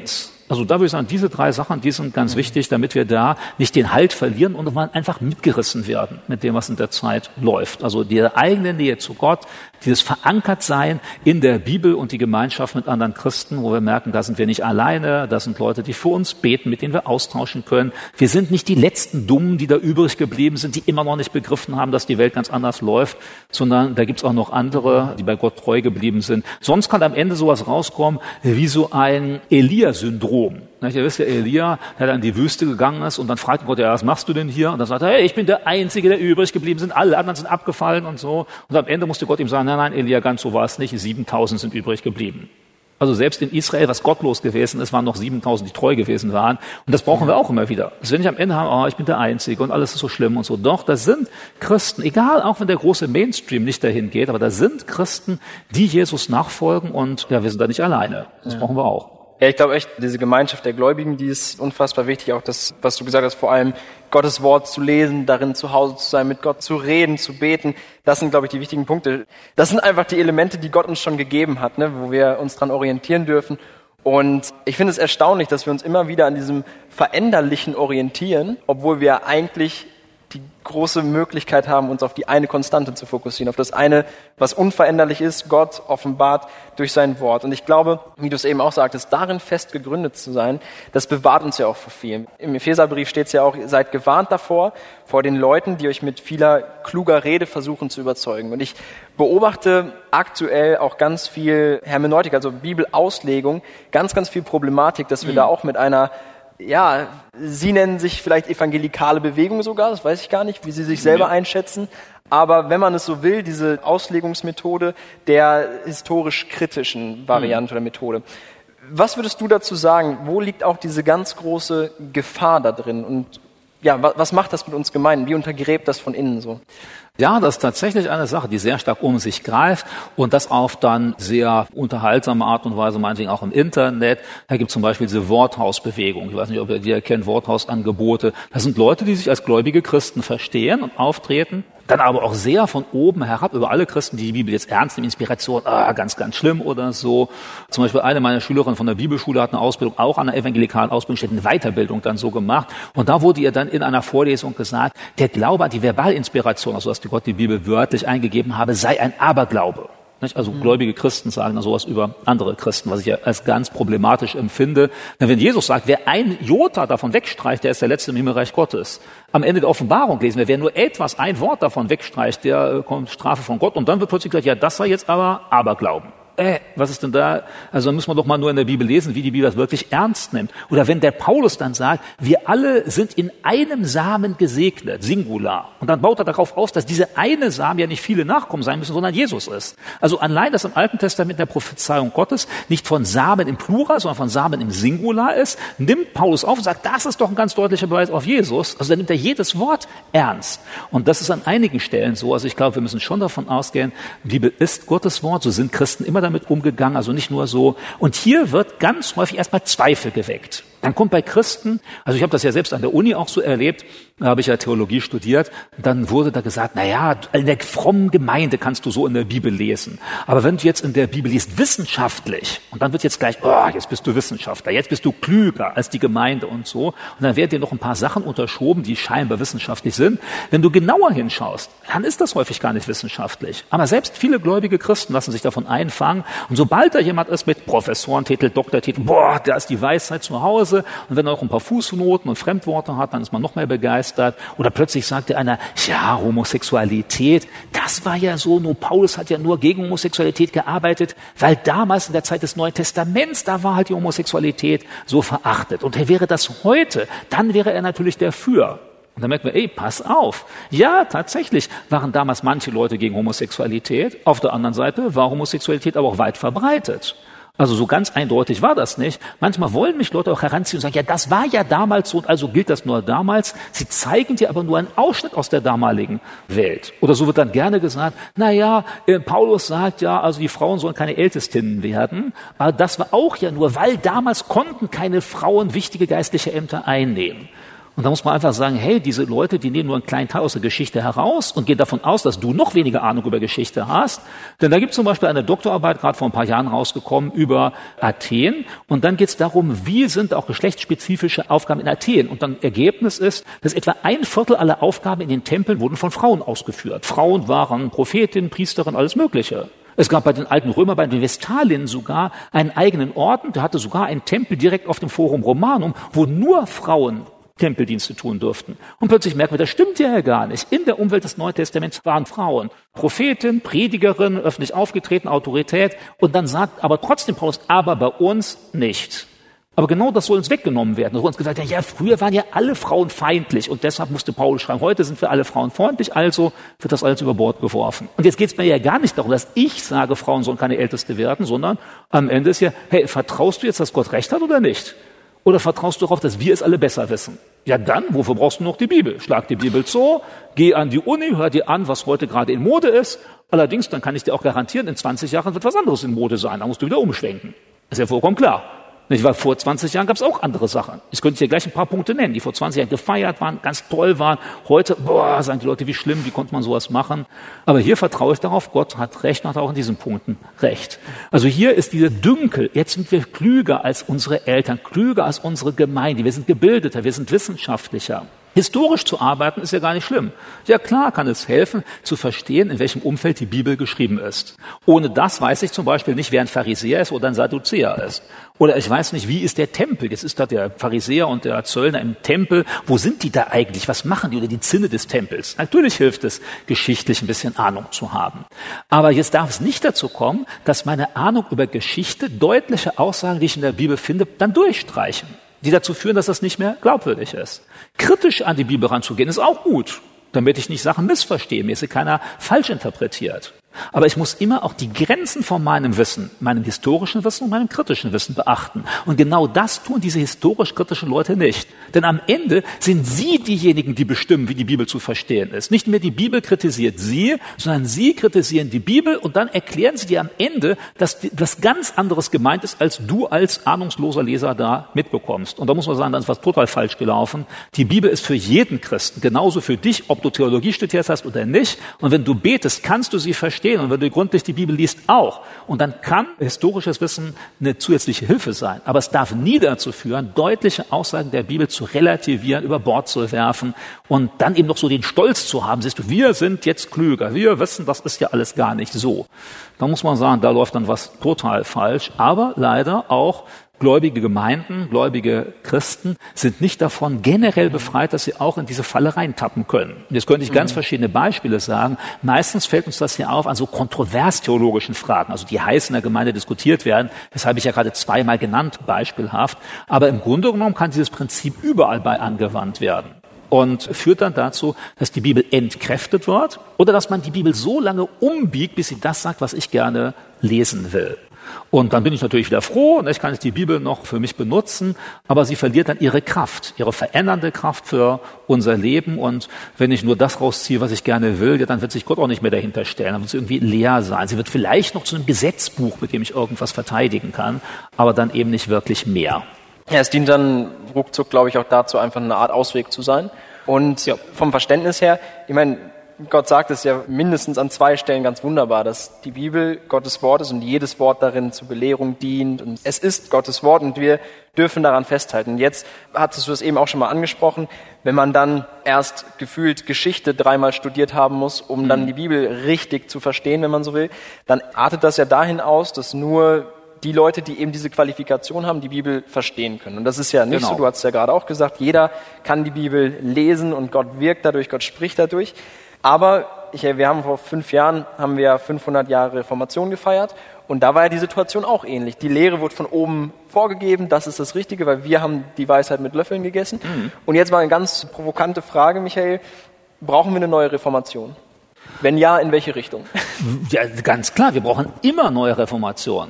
Also da würde ich sagen, diese drei Sachen, die sind ganz wichtig, damit wir da nicht den Halt verlieren und einfach mitgerissen werden mit dem, was in der Zeit läuft. Also die eigene Nähe zu Gott, dieses Verankertsein in der Bibel und die Gemeinschaft mit anderen Christen, wo wir merken, da sind wir nicht alleine, da sind Leute, die für uns beten, mit denen wir austauschen können. Wir sind nicht die letzten Dummen, die da übrig geblieben sind, die immer noch nicht begriffen haben, dass die Welt ganz anders läuft, sondern da gibt's auch noch andere, die bei Gott treu geblieben sind. Sonst kann am Ende sowas rauskommen wie so ein Elia-Syndrom. Ihr wisst ja, Elia, der dann in die Wüste gegangen ist und dann fragt Gott, ja, was machst du denn hier? Und dann sagt er, hey, ich bin der Einzige, der übrig geblieben sind, alle anderen sind abgefallen und so. Und am Ende musste Gott ihm sagen, nein, nein, Elia, ganz so war es nicht, siebentausend sind übrig geblieben. Also selbst in Israel, was gottlos gewesen ist, waren noch siebentausend, die treu gewesen waren. Und das brauchen wir auch immer wieder. Also wenn ich am Ende habe, oh, ich bin der Einzige und alles ist so schlimm und so. Doch, das sind Christen, egal, auch wenn der große Mainstream nicht dahin geht, aber da sind Christen, die Jesus nachfolgen und ja, wir sind da nicht alleine. Das ja. brauchen wir auch. Ja, ich glaube echt, diese Gemeinschaft der Gläubigen, die ist unfassbar wichtig. Auch das, was du gesagt hast, vor allem Gottes Wort zu lesen, darin zu Hause zu sein, mit Gott zu reden, zu beten. Das sind, glaube ich, die wichtigen Punkte. Das sind einfach die Elemente, die Gott uns schon gegeben hat, ne, wo wir uns dran orientieren dürfen. Und ich finde es erstaunlich, dass wir uns immer wieder an diesem Veränderlichen orientieren, obwohl wir eigentlich die große Möglichkeit haben, uns auf die eine Konstante zu fokussieren, auf das eine, was unveränderlich ist, Gott offenbart durch sein Wort. Und ich glaube, wie du es eben auch sagtest, darin fest gegründet zu sein, das bewahrt uns ja auch vor viel. Im Epheserbrief steht es ja auch, seid gewarnt davor, vor den Leuten, die euch mit vieler kluger Rede versuchen zu überzeugen. Und ich beobachte aktuell auch ganz viel Hermeneutik, also Bibelauslegung, ganz, ganz viel Problematik, dass wir mhm. da auch mit einer ja, sie nennen sich vielleicht evangelikale Bewegung sogar, das weiß ich gar nicht, wie sie sich selber einschätzen. Aber wenn man es so will, diese Auslegungsmethode der historisch kritischen Variante mhm. oder Methode. Was würdest du dazu sagen? Wo liegt auch diese ganz große Gefahr da drin? Und ja, was macht das mit uns Gemeinden? Wie untergräbt das von innen so? Ja, das ist tatsächlich eine Sache, die sehr stark um sich greift und das auf dann sehr unterhaltsame Art und Weise, meinetwegen auch im Internet. Da gibt es zum Beispiel diese Worthausbewegung. Ich weiß nicht, ob ihr die erkennt, Worthausangebote. Das sind Leute, die sich als gläubige Christen verstehen und auftreten, dann aber auch sehr von oben herab über alle Christen, die die Bibel jetzt ernst nehmen, Inspiration, ah, ganz, ganz schlimm oder so. Zum Beispiel eine meiner Schülerinnen von der Bibelschule hat eine Ausbildung, auch an einer evangelikalen Ausbildungsstätte, eine Weiterbildung dann so gemacht. Und da wurde ihr dann in einer Vorlesung gesagt, der Glaube an die Verbalinspiration, also dass die Gott die Bibel wörtlich eingegeben habe, sei ein Aberglaube. Also gläubige Christen sagen dann sowas über andere Christen, was ich ja als ganz problematisch empfinde. Denn wenn Jesus sagt, wer ein Jota davon wegstreicht, der ist der Letzte im Himmelreich Gottes. Am Ende der Offenbarung lesen wir, wer nur etwas, ein Wort davon wegstreicht, der kommt Strafe von Gott. Und dann wird plötzlich gesagt, ja, das sei jetzt aber Aberglauben. Äh, was ist denn da? Also da müssen wir doch mal nur in der Bibel lesen, wie die Bibel das wirklich ernst nimmt. Oder wenn der Paulus dann sagt, wir alle sind in einem Samen gesegnet, Singular. Und dann baut er darauf aus, dass diese eine Samen ja nicht viele Nachkommen sein müssen, sondern Jesus ist. Also allein, dass im Alten Testament der Prophezeiung Gottes nicht von Samen im Plural, sondern von Samen im Singular ist, nimmt Paulus auf und sagt, das ist doch ein ganz deutlicher Beweis auf Jesus. Also dann nimmt er jedes Wort ernst. Und das ist an einigen Stellen so. Also ich glaube, wir müssen schon davon ausgehen, die Bibel ist Gottes Wort, so sind Christen immer damit umgegangen, also nicht nur so. Und hier wird ganz häufig erstmal Zweifel geweckt. Dann kommt bei Christen, also ich habe das ja selbst an der Uni auch so erlebt, da habe ich ja Theologie studiert, dann wurde da gesagt, na ja, in der frommen Gemeinde kannst du so in der Bibel lesen. Aber wenn du jetzt in der Bibel liest, wissenschaftlich, und dann wird jetzt gleich, oh, jetzt bist du Wissenschaftler, jetzt bist du klüger als die Gemeinde und so. Und dann werden dir noch ein paar Sachen unterschoben, die scheinbar wissenschaftlich sind. Wenn du genauer hinschaust, dann ist das häufig gar nicht wissenschaftlich. Aber selbst viele gläubige Christen lassen sich davon einfangen. Und sobald da jemand ist mit Professorentitel, Doktortitel, boah, da ist die Weisheit zu Hause. Und wenn er auch ein paar Fußnoten und Fremdworte hat, dann ist man noch mehr begeistert. Oder plötzlich sagte einer, ja, Homosexualität, das war ja so, nur Paulus hat ja nur gegen Homosexualität gearbeitet, weil damals in der Zeit des Neuen Testaments, da war halt die Homosexualität so verachtet. Und wäre das heute, dann wäre er natürlich dafür. Und dann merkt man, ey, pass auf. Ja, tatsächlich waren damals manche Leute gegen Homosexualität. Auf der anderen Seite war Homosexualität aber auch weit verbreitet. Also so ganz eindeutig war das nicht. Manchmal wollen mich Leute auch heranziehen und sagen, ja, das war ja damals so und also gilt das nur damals. Sie zeigen dir aber nur einen Ausschnitt aus der damaligen Welt. Oder so wird dann gerne gesagt, na ja, Paulus sagt ja, also die Frauen sollen keine Ältestinnen werden. Aber das war auch ja nur, weil damals konnten keine Frauen wichtige geistliche Ämter einnehmen. Und da muss man einfach sagen, hey, diese Leute, die nehmen nur einen kleinen Teil aus der Geschichte heraus und gehen davon aus, dass du noch weniger Ahnung über Geschichte hast. Denn da gibt es zum Beispiel eine Doktorarbeit, gerade vor ein paar Jahren rausgekommen, über Athen. Und dann geht es darum, wie sind auch geschlechtsspezifische Aufgaben in Athen. Und dann Ergebnis ist, dass etwa ein Viertel aller Aufgaben in den Tempeln wurden von Frauen ausgeführt. Frauen waren Prophetinnen, Priesterinnen, alles Mögliche. Es gab bei den alten Römern, bei den Vestalinnen sogar einen eigenen Orden. Der hatte sogar einen Tempel direkt auf dem Forum Romanum, wo nur Frauen Tempeldienste tun durften. Und plötzlich merken wir, das stimmt ja gar nicht. In der Umwelt des Neuen Testaments waren Frauen Prophetin, Predigerin, öffentlich aufgetreten, Autorität. Und dann sagt aber trotzdem Paulus, aber bei uns nicht. Aber genau das soll uns weggenommen werden. Es soll uns gesagt werden, ja, früher waren ja alle Frauen feindlich und deshalb musste Paulus schreiben, heute sind wir alle Frauen freundlich, also wird das alles über Bord geworfen. Und jetzt geht es mir ja gar nicht darum, dass ich sage, Frauen sollen keine Älteste werden, sondern am Ende ist ja, hey, vertraust du jetzt, dass Gott recht hat oder nicht? Oder vertraust du darauf, dass wir es alle besser wissen? Ja dann, wofür brauchst du noch die Bibel? Schlag die Bibel zu, geh an die Uni, hör dir an, was heute gerade in Mode ist. Allerdings, dann kann ich dir auch garantieren, in zwanzig Jahren wird was anderes in Mode sein. Da musst du wieder umschwenken. Ist ja vollkommen klar. Nicht, weil vor zwanzig Jahren gab es auch andere Sachen. Ich könnte dir gleich ein paar Punkte nennen, die vor zwanzig Jahren gefeiert waren, ganz toll waren. Heute, boah, sagen die Leute, wie schlimm, wie konnte man sowas machen? Aber hier vertraue ich darauf, Gott hat recht, hat auch in diesen Punkten recht. Also hier ist dieser Dünkel, jetzt sind wir klüger als unsere Eltern, klüger als unsere Gemeinde, wir sind gebildeter, wir sind wissenschaftlicher. Historisch zu arbeiten ist ja gar nicht schlimm. Ja klar kann es helfen, zu verstehen, in welchem Umfeld die Bibel geschrieben ist. Ohne das weiß ich zum Beispiel nicht, wer ein Pharisäer ist oder ein Sadduzäer ist. Oder ich weiß nicht, wie ist der Tempel? Jetzt ist da der Pharisäer und der Zöllner im Tempel. Wo sind die da eigentlich? Was machen die? Oder die Zinne des Tempels? Natürlich hilft es, geschichtlich ein bisschen Ahnung zu haben. Aber jetzt darf es nicht dazu kommen, dass meine Ahnung über Geschichte deutliche Aussagen, die ich in der Bibel finde, dann durchstreichen, die dazu führen, dass das nicht mehr glaubwürdig ist. Kritisch an die Bibel ranzugehen, ist auch gut, damit ich nicht Sachen missverstehe, mir ist keiner falsch interpretiert. Aber ich muss immer auch die Grenzen von meinem Wissen, meinem historischen Wissen und meinem kritischen Wissen beachten. Und genau das tun diese historisch-kritischen Leute nicht. Denn am Ende sind sie diejenigen, die bestimmen, wie die Bibel zu verstehen ist. Nicht mehr die Bibel kritisiert sie, sondern sie kritisieren die Bibel und dann erklären sie dir am Ende, dass das ganz anderes gemeint ist, als du als ahnungsloser Leser da mitbekommst. Und da muss man sagen, da ist was total falsch gelaufen. Die Bibel ist für jeden Christen, genauso für dich, ob du Theologie studiert hast oder nicht. Und wenn du betest, kannst du sie verstehen. Und wenn du gründlich die Bibel liest, auch. Und dann kann historisches Wissen eine zusätzliche Hilfe sein. Aber es darf nie dazu führen, deutliche Aussagen der Bibel zu relativieren, über Bord zu werfen und dann eben noch so den Stolz zu haben. Siehst du, wir sind jetzt klüger. Wir wissen, das ist ja alles gar nicht so. Da muss man sagen, da läuft dann was total falsch. Aber leider auch gläubige Gemeinden, gläubige Christen sind nicht davon generell befreit, dass sie auch in diese Falle reintappen können. Und jetzt könnte ich ganz mhm. verschiedene Beispiele sagen. Meistens fällt uns das hier auf an so kontrovers-theologischen Fragen, also die heiß in der Gemeinde diskutiert werden, weshalb ich ja gerade zweimal genannt, beispielhaft. Aber im Grunde genommen kann dieses Prinzip überall bei angewandt werden. Und führt dann dazu, dass die Bibel entkräftet wird oder dass man die Bibel so lange umbiegt, bis sie das sagt, was ich gerne lesen will. Und dann bin ich natürlich wieder froh, und ich kann die Bibel noch für mich benutzen, aber sie verliert dann ihre Kraft, ihre verändernde Kraft für unser Leben. Und wenn ich nur das rausziehe, was ich gerne will, ja, dann wird sich Gott auch nicht mehr dahinter stellen. Dann wird sie irgendwie leer sein. Sie wird vielleicht noch zu einem Gesetzbuch, mit dem ich irgendwas verteidigen kann, aber dann eben nicht wirklich mehr. Ja, es dient dann ruckzuck, glaube ich, auch dazu, einfach eine Art Ausweg zu sein. Und ja, vom Verständnis her, ich meine, Gott sagt es ja mindestens an zwei Stellen ganz wunderbar, dass die Bibel Gottes Wort ist und jedes Wort darin zur Belehrung dient. Und es ist Gottes Wort und wir dürfen daran festhalten. Und jetzt hattest du es eben auch schon mal angesprochen, wenn man dann erst gefühlt Geschichte dreimal studiert haben muss, um dann die Bibel richtig zu verstehen, wenn man so will, dann artet das ja dahin aus, dass nur die Leute, die eben diese Qualifikation haben, die Bibel verstehen können. Und das ist ja nicht genau so, du hast es ja gerade auch gesagt, jeder kann die Bibel lesen und Gott wirkt dadurch, Gott spricht dadurch. Aber ich, wir haben vor fünf Jahren haben wir fünfhundert Jahre Reformation gefeiert und da war ja die Situation auch ähnlich. Die Lehre wurde von oben vorgegeben, das ist das Richtige, weil wir haben die Weisheit mit Löffeln gegessen. Mhm. Und jetzt mal eine ganz provokante Frage, Michael, brauchen wir eine neue Reformation? Wenn ja, in welche Richtung? Ja, ganz klar, wir brauchen immer neue Reformationen.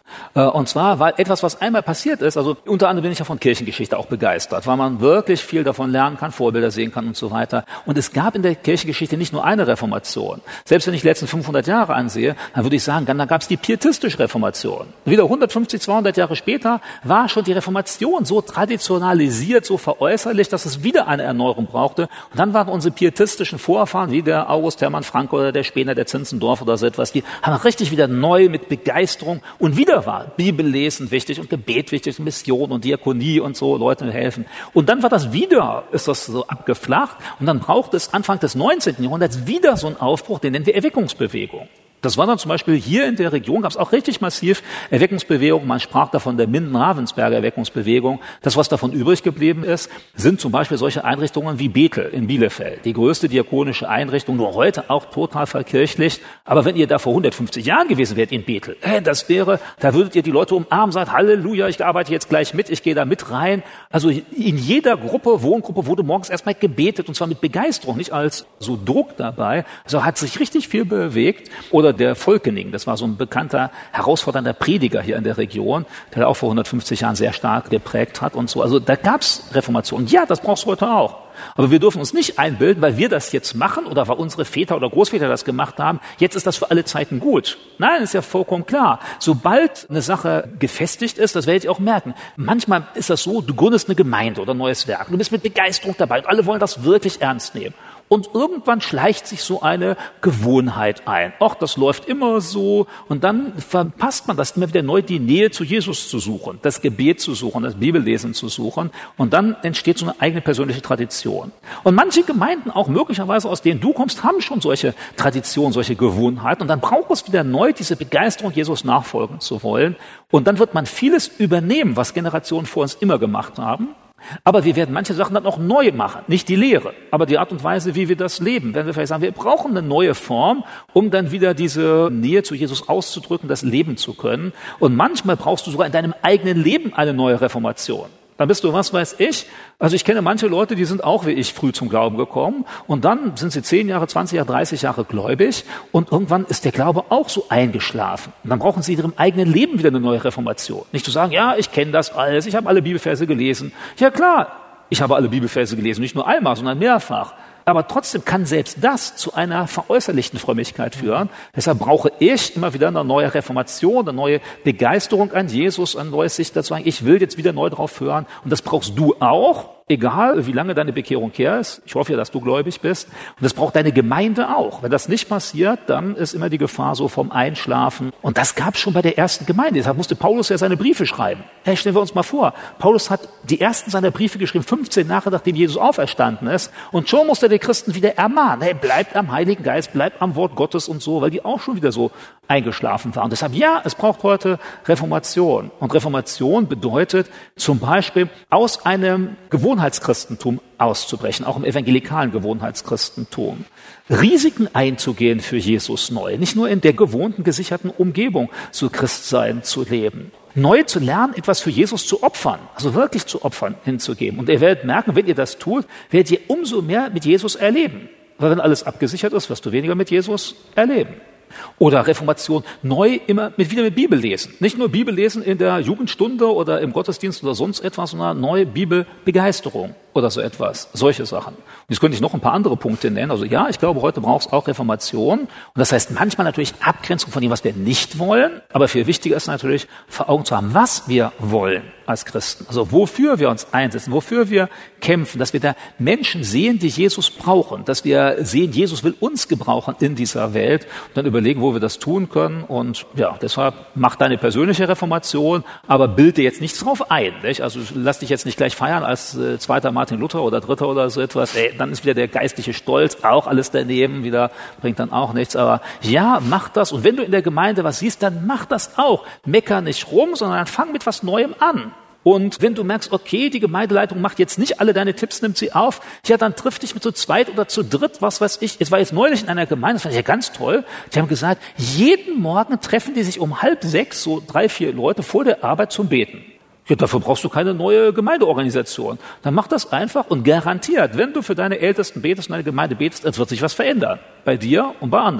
Und zwar, weil etwas, was einmal passiert ist, also unter anderem bin ich ja von Kirchengeschichte auch begeistert, weil man wirklich viel davon lernen kann, Vorbilder sehen kann und so weiter. Und es gab in der Kirchengeschichte nicht nur eine Reformation. Selbst wenn ich die letzten fünfhundert Jahre ansehe, dann würde ich sagen, dann gab es die pietistische Reformation. Wieder hundertfünfzig, zweihundert Jahre später war schon die Reformation so traditionalisiert, so veräußerlicht, dass es wieder eine Erneuerung brauchte. Und dann waren unsere pietistischen Vorfahren, wie der August Hermann Francke oder der Spener, der Zinzendorf oder so etwas, die haben richtig wieder neu mit Begeisterung und wieder war Bibellesen wichtig und Gebet wichtig, Mission und Diakonie und so, Leuten helfen. Und dann war das wieder, ist das so abgeflacht und dann braucht es Anfang des neunzehnten Jahrhunderts wieder so einen Aufbruch, den nennen wir Erweckungsbewegung. Das war dann zum Beispiel hier in der Region, gab es auch richtig massiv Erweckungsbewegung. Man sprach davon der Minden-Ravensberger Erweckungsbewegung. Das, was davon übrig geblieben ist, sind zum Beispiel solche Einrichtungen wie Bethel in Bielefeld. Die größte diakonische Einrichtung, nur heute auch total verkirchlicht. Aber wenn ihr da vor hundertfünfzig Jahren gewesen wärt in Bethel, äh, das wäre, da würdet ihr die Leute umarmen, sagt, Halleluja, ich arbeite jetzt gleich mit, ich gehe da mit rein. Also in jeder Gruppe, Wohngruppe wurde morgens erstmal gebetet und zwar mit Begeisterung, nicht als so Druck dabei. Also hat sich richtig viel bewegt. Oder der Volkening, das war so ein bekannter, herausfordernder Prediger hier in der Region, der auch vor hundertfünfzig Jahren sehr stark geprägt hat und so. Also da gab's Reformation. Ja, das brauchst du heute auch. Aber wir dürfen uns nicht einbilden, weil wir das jetzt machen oder weil unsere Väter oder Großväter das gemacht haben, jetzt ist das für alle Zeiten gut. Nein, ist ja vollkommen klar. Sobald eine Sache gefestigt ist, das werdet ihr auch merken. Manchmal ist das so, du gründest eine Gemeinde oder ein neues Werk. Du bist mit Begeisterung dabei und alle wollen das wirklich ernst nehmen. Und irgendwann schleicht sich so eine Gewohnheit ein. Ach, das läuft immer so. Und dann verpasst man das immer wieder neu, die Nähe zu Jesus zu suchen, das Gebet zu suchen, das Bibellesen zu suchen. Und dann entsteht so eine eigene persönliche Tradition. Und manche Gemeinden, auch möglicherweise aus denen du kommst, haben schon solche Traditionen, solche Gewohnheiten. Und dann braucht es wieder neu diese Begeisterung, Jesus nachfolgen zu wollen. Und dann wird man vieles übernehmen, was Generationen vor uns immer gemacht haben. Aber wir werden manche Sachen dann auch neu machen, nicht die Lehre, aber die Art und Weise, wie wir das leben. Wenn wir vielleicht sagen, wir brauchen eine neue Form, um dann wieder diese Nähe zu Jesus auszudrücken, das leben zu können. Und manchmal brauchst du sogar in deinem eigenen Leben eine neue Reformation. Dann bist du, was weiß ich, also ich kenne manche Leute, die sind auch wie ich früh zum Glauben gekommen und dann sind sie zehn Jahre, zwanzig Jahre, dreißig Jahre gläubig und irgendwann ist der Glaube auch so eingeschlafen. Und dann brauchen sie in ihrem eigenen Leben wieder eine neue Reformation. Nicht zu sagen, ja, ich kenne das alles, ich habe alle Bibelverse gelesen. Ja klar, ich habe alle Bibelverse gelesen, nicht nur einmal, sondern mehrfach. Aber trotzdem kann selbst das zu einer veräußerlichten Frömmigkeit führen. Deshalb brauche ich immer wieder eine neue Reformation, eine neue Begeisterung an Jesus, ein neues Sicht dazu. Ich will jetzt wieder neu drauf hören. Und das brauchst du auch. Egal, wie lange deine Bekehrung her ist. Ich hoffe ja, dass du gläubig bist. Und das braucht deine Gemeinde auch. Wenn das nicht passiert, dann ist immer die Gefahr so vom Einschlafen. Und das gab es schon bei der ersten Gemeinde. Deshalb musste Paulus ja seine Briefe schreiben. Hey, stellen wir uns mal vor. Paulus hat die ersten seiner Briefe geschrieben, fünfzehn Jahre nachdem Jesus auferstanden ist. Und schon musste der Christen wieder ermahnen. Hey, bleibt am Heiligen Geist, bleibt am Wort Gottes und so, weil die auch schon wieder so eingeschlafen waren. Und deshalb, ja, es braucht heute Reformation. Und Reformation bedeutet zum Beispiel aus einem Gewohnheitschristentum auszubrechen, auch im evangelikalen Gewohnheitschristentum. Risiken einzugehen für Jesus neu, nicht nur in der gewohnten, gesicherten Umgebung zu Christsein zu leben. Neu zu lernen, etwas für Jesus zu opfern, also wirklich zu opfern, hinzugeben. Und ihr werdet merken, wenn ihr das tut, werdet ihr umso mehr mit Jesus erleben. Weil wenn alles abgesichert ist, wirst du weniger mit Jesus erleben. Oder Reformation neu immer mit, wieder mit Bibel lesen. Nicht nur Bibel lesen in der Jugendstunde oder im Gottesdienst oder sonst etwas, sondern neue Bibelbegeisterung oder so etwas. Solche Sachen. Und jetzt könnte ich noch ein paar andere Punkte nennen. Also ja, ich glaube, heute braucht es auch Reformation. Und das heißt manchmal natürlich Abgrenzung von dem, was wir nicht wollen. Aber viel wichtiger ist natürlich, vor Augen zu haben, was wir wollen als Christen. Also wofür wir uns einsetzen, wofür wir kämpfen, dass wir da Menschen sehen, die Jesus brauchen. Dass wir sehen, Jesus will uns gebrauchen in dieser Welt. Und dann überlegen, wo wir das tun können. Und ja, deshalb mach deine persönliche Reformation, aber bild dir jetzt nichts drauf ein. Nicht? Also lass dich jetzt nicht gleich feiern als äh, zweiter Martin Luther oder dritter oder so etwas. Ey, dann ist wieder der geistliche Stolz, auch alles daneben, wieder bringt dann auch nichts. Aber ja, mach das. Und wenn du in der Gemeinde was siehst, dann mach das auch. Mecker nicht rum, sondern dann fang mit was Neuem an. Und wenn du merkst, okay, die Gemeindeleitung macht jetzt nicht alle deine Tipps, nimmt sie auf, ja, dann triff dich mit zu zweit oder zu dritt, was weiß ich. Es war jetzt neulich in einer Gemeinde, das fand ich ja ganz toll. Die haben gesagt, jeden Morgen treffen die sich um halb sechs, so drei, vier Leute vor der Arbeit zum Beten. Ja, dafür brauchst du keine neue Gemeindeorganisation. Dann mach das einfach und garantiert, wenn du für deine Ältesten betest und deine Gemeinde betest, es wird sich was verändern. Bei dir und bei anderen.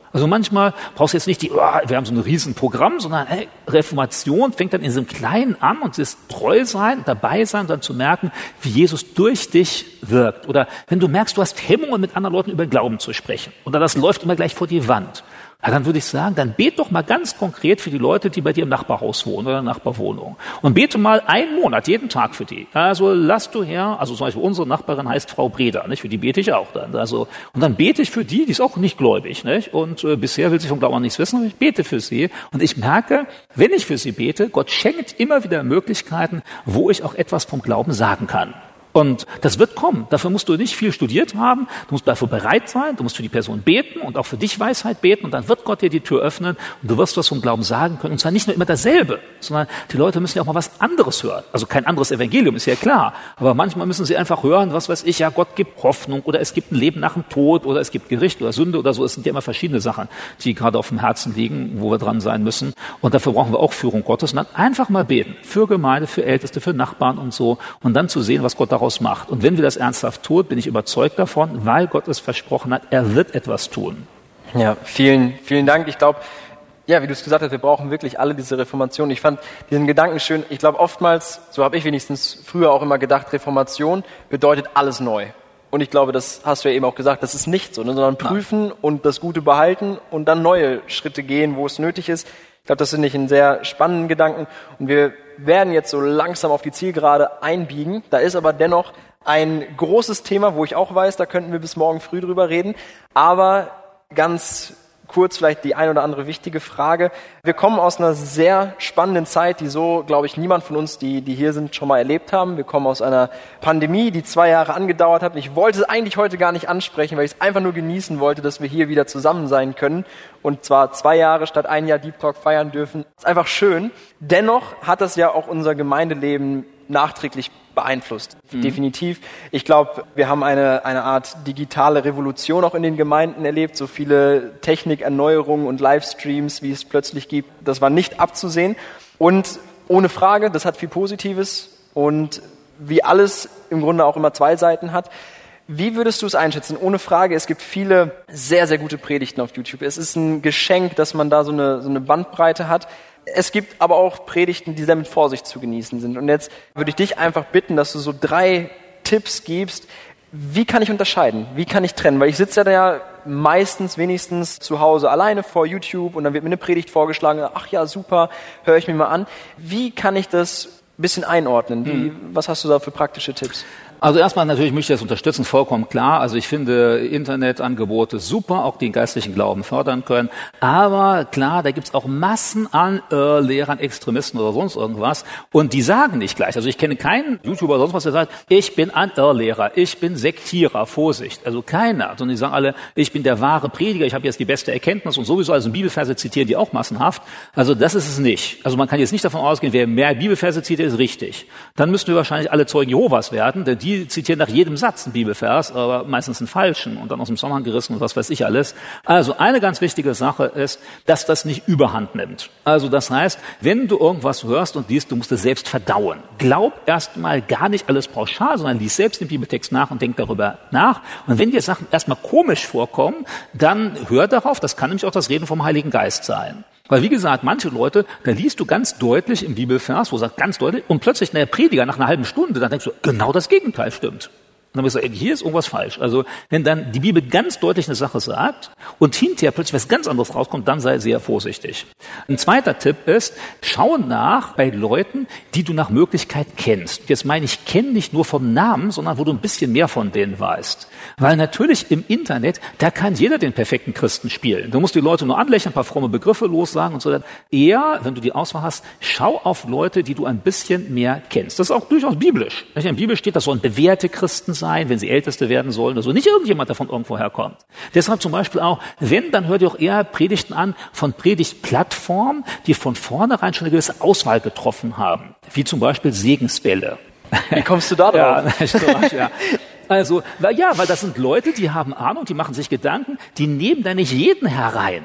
Also manchmal brauchst du jetzt nicht die, oh, wir haben so ein Riesenprogramm, sondern hey, Reformation fängt dann in diesem Kleinen an und es ist treu sein, dabei sein, dann zu merken, wie Jesus durch dich wirkt. Oder wenn du merkst, du hast Hemmungen, mit anderen Leuten über Glauben zu sprechen oder das läuft immer gleich vor die Wand. Ja, dann würde ich sagen, dann bet doch mal ganz konkret für die Leute, die bei dir im Nachbarhaus wohnen oder in der Nachbarwohnung. Und bete mal einen Monat, jeden Tag für die. Also lass du her, also zum Beispiel unsere Nachbarin heißt Frau Breda, nicht? Für die bete ich auch dann. Also, und dann bete ich für die, die ist auch nicht gläubig, nicht? Und äh, bisher will sie vom Glauben an nichts wissen, aber ich bete für sie. Und ich merke, wenn ich für sie bete, Gott schenkt immer wieder Möglichkeiten, wo ich auch etwas vom Glauben sagen kann. Und das wird kommen. Dafür musst du nicht viel studiert haben. Du musst dafür bereit sein. Du musst für die Person beten und auch für dich Weisheit beten. Und dann wird Gott dir die Tür öffnen und du wirst was vom Glauben sagen können. Und zwar nicht nur immer dasselbe, sondern die Leute müssen ja auch mal was anderes hören. Also kein anderes Evangelium, ist ja klar. Aber manchmal müssen sie einfach hören, was weiß ich, ja, Gott gibt Hoffnung oder es gibt ein Leben nach dem Tod oder es gibt Gericht oder Sünde oder so. Es sind ja immer verschiedene Sachen, die gerade auf dem Herzen liegen, wo wir dran sein müssen. Und dafür brauchen wir auch Führung Gottes. Und dann einfach mal beten. Für Gemeinde, für Älteste, für Nachbarn und so. Und dann zu sehen, was Gott daraus macht. Und wenn wir das ernsthaft tun, bin ich überzeugt davon, weil Gott es versprochen hat, er wird etwas tun. Ja, vielen, vielen Dank. Ich glaube, ja, wie du es gesagt hast, wir brauchen wirklich alle diese Reformation. Ich fand diesen Gedanken schön. Ich glaube, oftmals, so habe ich wenigstens früher auch immer gedacht, Reformation bedeutet alles neu. Und ich glaube, das hast du ja eben auch gesagt, das ist nicht so, ne, sondern prüfen und das Gute behalten und dann neue Schritte gehen, wo es nötig ist. Ich glaube, das finde ich einen sehr spannenden Gedanken. Und wir werden jetzt so langsam auf die Zielgerade einbiegen. Da ist aber dennoch ein großes Thema, wo ich auch weiß, da könnten wir bis morgen früh drüber reden. Aber ganz kurz vielleicht die ein oder andere wichtige Frage. Wir kommen aus einer sehr spannenden Zeit, die so, glaube ich, niemand von uns, die, die hier sind, schon mal erlebt haben. Wir kommen aus einer Pandemie, die zwei Jahre angedauert hat. Und ich wollte es eigentlich heute gar nicht ansprechen, weil ich es einfach nur genießen wollte, dass wir hier wieder zusammen sein können. Und zwar zwei Jahre statt ein Jahr Deep Talk feiern dürfen. Ist einfach schön. Dennoch hat das ja auch unser Gemeindeleben nachträglich beeinflusst. Mhm. Definitiv. Ich glaube, wir haben eine, eine Art digitale Revolution auch in den Gemeinden erlebt. So viele Technikerneuerungen und Livestreams, wie es plötzlich gibt, das war nicht abzusehen. Und ohne Frage, das hat viel Positives und wie alles im Grunde auch immer zwei Seiten hat. Wie würdest du es einschätzen? Ohne Frage, es gibt viele sehr, sehr gute Predigten auf YouTube. Es ist ein Geschenk, dass man da so eine, so eine Bandbreite hat. Es gibt aber auch Predigten, die sehr mit Vorsicht zu genießen sind. Und jetzt würde ich dich einfach bitten, dass du so drei Tipps gibst. Wie kann ich unterscheiden? Wie kann ich trennen? Weil ich sitze ja da meistens wenigstens zu Hause alleine vor YouTube und dann wird mir eine Predigt vorgeschlagen. Ach ja, super, höre ich mir mal an. Wie kann ich das ein bisschen einordnen? Wie, hm. Was hast du da für praktische Tipps? Also erstmal natürlich möchte ich das unterstützen, vollkommen klar. Also ich finde Internetangebote super, auch die den geistlichen Glauben fördern können. Aber klar, da gibt's auch Massen an äh, Lehrern, Extremisten oder sonst irgendwas. Und die sagen nicht gleich. Also ich kenne keinen YouTuber oder sonst was, der sagt, ich bin ein Irrlehrer, ich bin Sektierer, Vorsicht. Also keiner. Sondern die sagen alle, ich bin der wahre Prediger, ich habe jetzt die beste Erkenntnis und sowieso. Also Bibelverse zitieren die auch massenhaft. Also das ist es nicht. Also man kann jetzt nicht davon ausgehen, wer mehr Bibelverse zitiert, ist richtig. Dann müssten wir wahrscheinlich alle Zeugen Jehovas werden, denn die Die zitieren nach jedem Satz einen Bibelvers, aber meistens einen falschen und dann aus dem Zusammenhang gerissen und was weiß ich alles. Also eine ganz wichtige Sache ist, dass das nicht überhand nimmt. Also das heißt, wenn du irgendwas hörst und liest, du musst es selbst verdauen. Glaub erstmal gar nicht alles pauschal, sondern lies selbst den Bibeltext nach und denk darüber nach. Und wenn dir Sachen erstmal komisch vorkommen, dann hör darauf. Das kann nämlich auch das Reden vom Heiligen Geist sein. Weil wie gesagt, manche Leute, da liest du ganz deutlich im Bibelvers, wo sagt ganz deutlich, und plötzlich der Prediger nach einer halben Stunde, dann denkst du, genau das Gegenteil stimmt. Und dann wirst du sagen, hier ist irgendwas falsch. Also wenn dann die Bibel ganz deutlich eine Sache sagt und hinterher plötzlich was ganz anderes rauskommt, dann sei sehr vorsichtig. Ein zweiter Tipp ist, schau nach bei Leuten, die du nach Möglichkeit kennst. Jetzt meine ich, kenn nicht nur vom Namen, sondern wo du ein bisschen mehr von denen weißt. Weil natürlich im Internet, da kann jeder den perfekten Christen spielen. Du musst die Leute nur anlächeln, ein paar fromme Begriffe lossagen und so. Eher, wenn du die Auswahl hast, schau auf Leute, die du ein bisschen mehr kennst. Das ist auch durchaus biblisch. In der Bibel steht, das sollen bewährte Christen sein, wenn sie Älteste werden sollen oder so. Nicht irgendjemand, der von irgendwo herkommt. Deshalb zum Beispiel auch, wenn, dann hör dir auch eher Predigten an von Predigtplattformen, die von vornherein schon eine gewisse Auswahl getroffen haben. Wie zum Beispiel Segenswelle. Wie kommst du da drauf? Ja, ja. Also, weil, ja, weil das sind Leute, die haben Ahnung, die machen sich Gedanken, die nehmen da nicht jeden herein.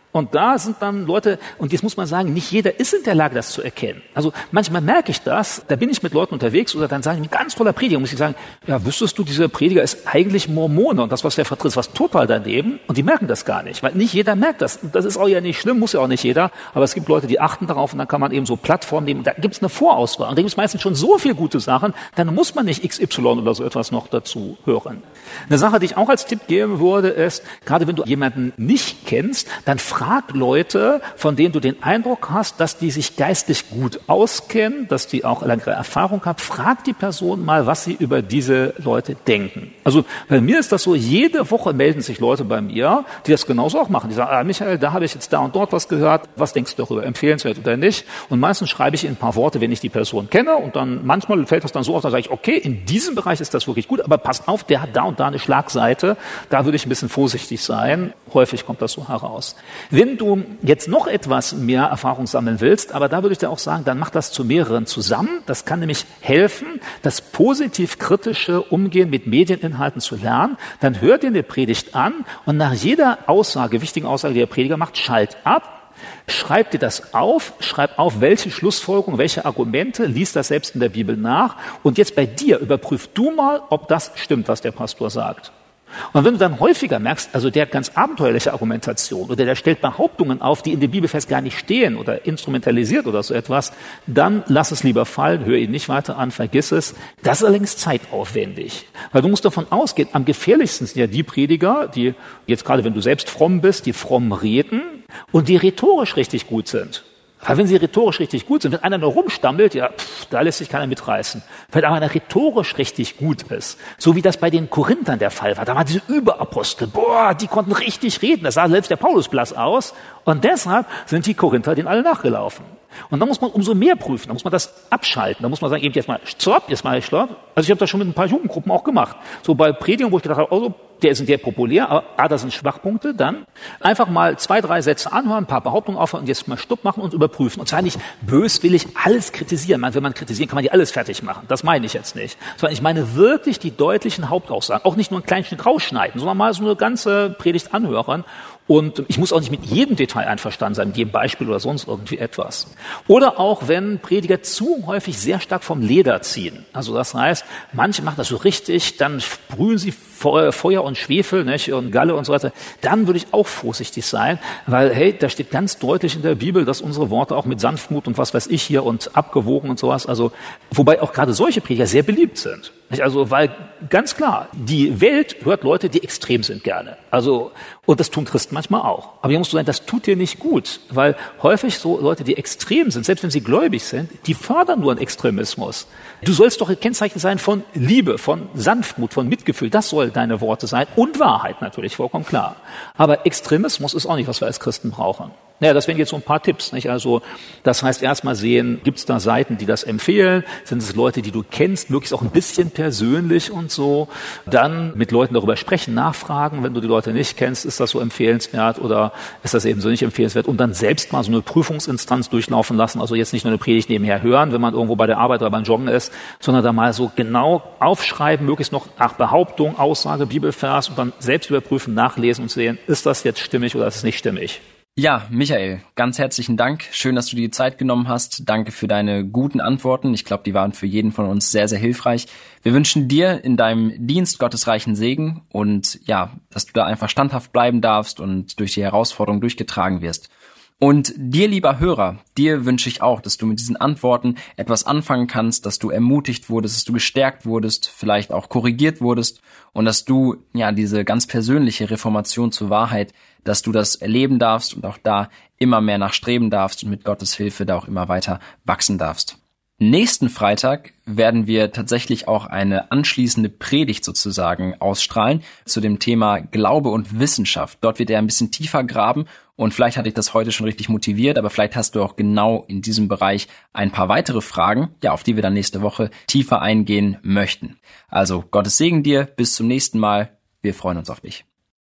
Und da sind dann Leute, und jetzt muss man sagen, nicht jeder ist in der Lage, das zu erkennen. Also manchmal merke ich das, da bin ich mit Leuten unterwegs oder dann sagen die, ganz toller Prediger, muss ich sagen, ja, wüsstest du, dieser Prediger ist eigentlich Mormone und das, was der vertritt, ist was total daneben und die merken das gar nicht, weil nicht jeder merkt das. Das ist auch ja nicht schlimm, muss ja auch nicht jeder, aber es gibt Leute, die achten darauf und dann kann man eben so Plattformen nehmen, da gibt es eine Vorauswahl und da gibt es meistens schon so viel gute Sachen, dann muss man nicht X Y oder so etwas noch dazu hören. Eine Sache, die ich auch als Tipp geben würde, ist, gerade wenn du jemanden nicht kennst, dann frag Leute, von denen du den Eindruck hast, dass die sich geistlich gut auskennen, dass die auch längere Erfahrung haben. Frag die Person mal, was sie über diese Leute denken. Also bei mir ist das so, jede Woche melden sich Leute bei mir, die das genauso auch machen. Die sagen, ah, Michael, da habe ich jetzt da und dort was gehört. Was denkst du darüber? Empfehlenswert oder nicht? Und meistens schreibe ich ihnen ein paar Worte, wenn ich die Person kenne. Und dann manchmal fällt das dann so auf, dann sage ich, okay, in diesem Bereich ist das wirklich gut, aber passt auf, der hat da und da eine Schlagseite. Da würde ich ein bisschen vorsichtig sein. Häufig kommt das so heraus. Wenn du jetzt noch etwas mehr Erfahrung sammeln willst, aber da würde ich dir auch sagen, dann mach das zu mehreren zusammen. Das kann nämlich helfen, das positiv-kritische Umgehen mit Medieninhalten zu lernen. Dann hör dir eine Predigt an und nach jeder Aussage, wichtigen Aussage, die der Prediger macht, schalt ab. Schreib dir das auf, schreib auf, welche Schlussfolgerungen, welche Argumente, lies das selbst in der Bibel nach und jetzt bei dir überprüf du mal, ob das stimmt, was der Pastor sagt. Und wenn du dann häufiger merkst, also der hat ganz abenteuerliche Argumentation oder der stellt Behauptungen auf, die in dem Bibelfest gar nicht stehen oder instrumentalisiert oder so etwas, dann lass es lieber fallen, hör ihn nicht weiter an, vergiss es. Das ist allerdings zeitaufwendig, weil du musst davon ausgehen, am gefährlichsten sind ja die Prediger, die jetzt gerade, wenn du selbst fromm bist, die fromm reden und die rhetorisch richtig gut sind. Weil wenn sie rhetorisch richtig gut sind, wenn einer nur rumstammelt, ja, pff, da lässt sich keiner mitreißen. Wenn aber einer rhetorisch richtig gut ist, so wie das bei den Korinthern der Fall war, da waren diese Überapostel, boah, die konnten richtig reden, das sah selbst der Paulus blass aus und deshalb sind die Korinther denen alle nachgelaufen. Und da muss man umso mehr prüfen, da muss man das abschalten, da muss man sagen, eben jetzt mal stopp, jetzt mal stopp. Also ich habe das schon mit ein paar Jugendgruppen auch gemacht. So bei Predigungen, wo ich gedacht habe, also der ist sehr populär, aber ah, da sind Schwachpunkte, dann einfach mal zwei, drei Sätze anhören, ein paar Behauptungen aufhören und jetzt mal Stopp machen und überprüfen. Und zwar nicht böswillig alles kritisieren. Wenn man kritisieren, kann man die alles fertig machen. Das meine ich jetzt nicht. Sondern ich meine wirklich die deutlichen Hauptaussagen. Auch nicht nur einen kleinen Schnitt rausschneiden, sondern mal so eine ganze Predigt anhören. Und ich muss auch nicht mit jedem Detail einverstanden sein, mit jedem Beispiel oder sonst irgendwie etwas. Oder auch, wenn Prediger zu häufig sehr stark vom Leder ziehen. Also das heißt, manche machen das so richtig, dann sprühen sie Feuer und Schwefel, nicht, und Galle und so weiter. Dann würde ich auch vorsichtig sein, weil, hey, da steht ganz deutlich in der Bibel, dass unsere Worte auch mit Sanftmut und was weiß ich hier und abgewogen und sowas, also, wobei auch gerade solche Prediger sehr beliebt sind. Nicht? Also, weil ganz klar, die Welt hört Leute, die extrem sind gerne. Also, und das tun Christen manchmal auch. Aber hier musst du sagen, das tut dir nicht gut, weil häufig so Leute, die extrem sind, selbst wenn sie gläubig sind, die fördern nur einen Extremismus. Du sollst doch gekennzeichnet sein von Liebe, von Sanftmut, von Mitgefühl. Das soll deine Worte sein. Und Wahrheit natürlich, vollkommen klar. Aber Extremismus ist auch nicht, was wir als Christen brauchen. Naja, das wären jetzt so ein paar Tipps, nicht? Also, das heißt, erstmal sehen, gibt es da Seiten, die das empfehlen? Sind es Leute, die du kennst, möglichst auch ein bisschen persönlich und so? Dann mit Leuten darüber sprechen, nachfragen. Wenn du die Leute nicht kennst, ist das so empfehlenswert oder ist das eben so nicht empfehlenswert? Und dann selbst mal so eine Prüfungsinstanz durchlaufen lassen. Also jetzt nicht nur eine Predigt nebenher hören, wenn man irgendwo bei der Arbeit oder beim Joggen ist, sondern da mal so genau aufschreiben, möglichst noch nach Behauptung, Aussage, Bibelvers und dann selbst überprüfen, nachlesen und sehen, ist das jetzt stimmig oder ist es nicht stimmig? Ja, Michael, ganz herzlichen Dank. Schön, dass du dir die Zeit genommen hast. Danke für deine guten Antworten. Ich glaube, die waren für jeden von uns sehr, sehr hilfreich. Wir wünschen dir in deinem Dienst Gottes reichen Segen und ja, dass du da einfach standhaft bleiben darfst und durch die Herausforderung durchgetragen wirst. Und dir, lieber Hörer, dir wünsche ich auch, dass du mit diesen Antworten etwas anfangen kannst, dass du ermutigt wurdest, dass du gestärkt wurdest, vielleicht auch korrigiert wurdest und dass du ja diese ganz persönliche Reformation zur Wahrheit, dass du das erleben darfst und auch da immer mehr nachstreben darfst und mit Gottes Hilfe da auch immer weiter wachsen darfst. Nächsten Freitag werden wir tatsächlich auch eine anschließende Predigt sozusagen ausstrahlen zu dem Thema Glaube und Wissenschaft. Dort wird er ein bisschen tiefer graben und vielleicht hatte ich das heute schon richtig motiviert, aber vielleicht hast du auch genau in diesem Bereich ein paar weitere Fragen, ja, auf die wir dann nächste Woche tiefer eingehen möchten. Also Gottes Segen dir, bis zum nächsten Mal. Wir freuen uns auf dich.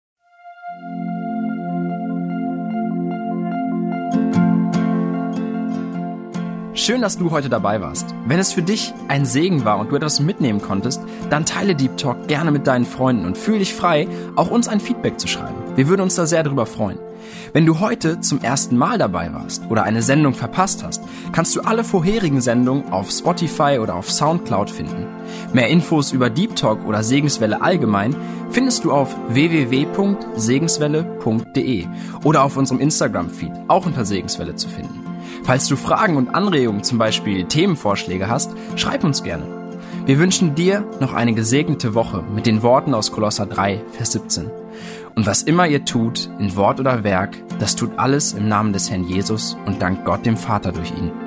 Schön, dass du heute dabei warst. Wenn es für dich ein Segen war und du etwas mitnehmen konntest, dann teile Deep Talk gerne mit deinen Freunden und fühl dich frei, auch uns ein Feedback zu schreiben. Wir würden uns da sehr darüber freuen. Wenn du heute zum ersten Mal dabei warst oder eine Sendung verpasst hast, kannst du alle vorherigen Sendungen auf Spotify oder auf Soundcloud finden. Mehr Infos über Deep Talk oder Segenswelle allgemein findest du auf w w w punkt segenswelle punkt d e oder auf unserem Instagram-Feed, auch unter Segenswelle zu finden. Falls du Fragen und Anregungen, zum Beispiel Themenvorschläge hast, schreib uns gerne. Wir wünschen dir noch eine gesegnete Woche mit den Worten aus Kolosser drei, Vers siebzehn. Und was immer ihr tut, in Wort oder Werk, das tut alles im Namen des Herrn Jesus und dankt Gott dem Vater durch ihn.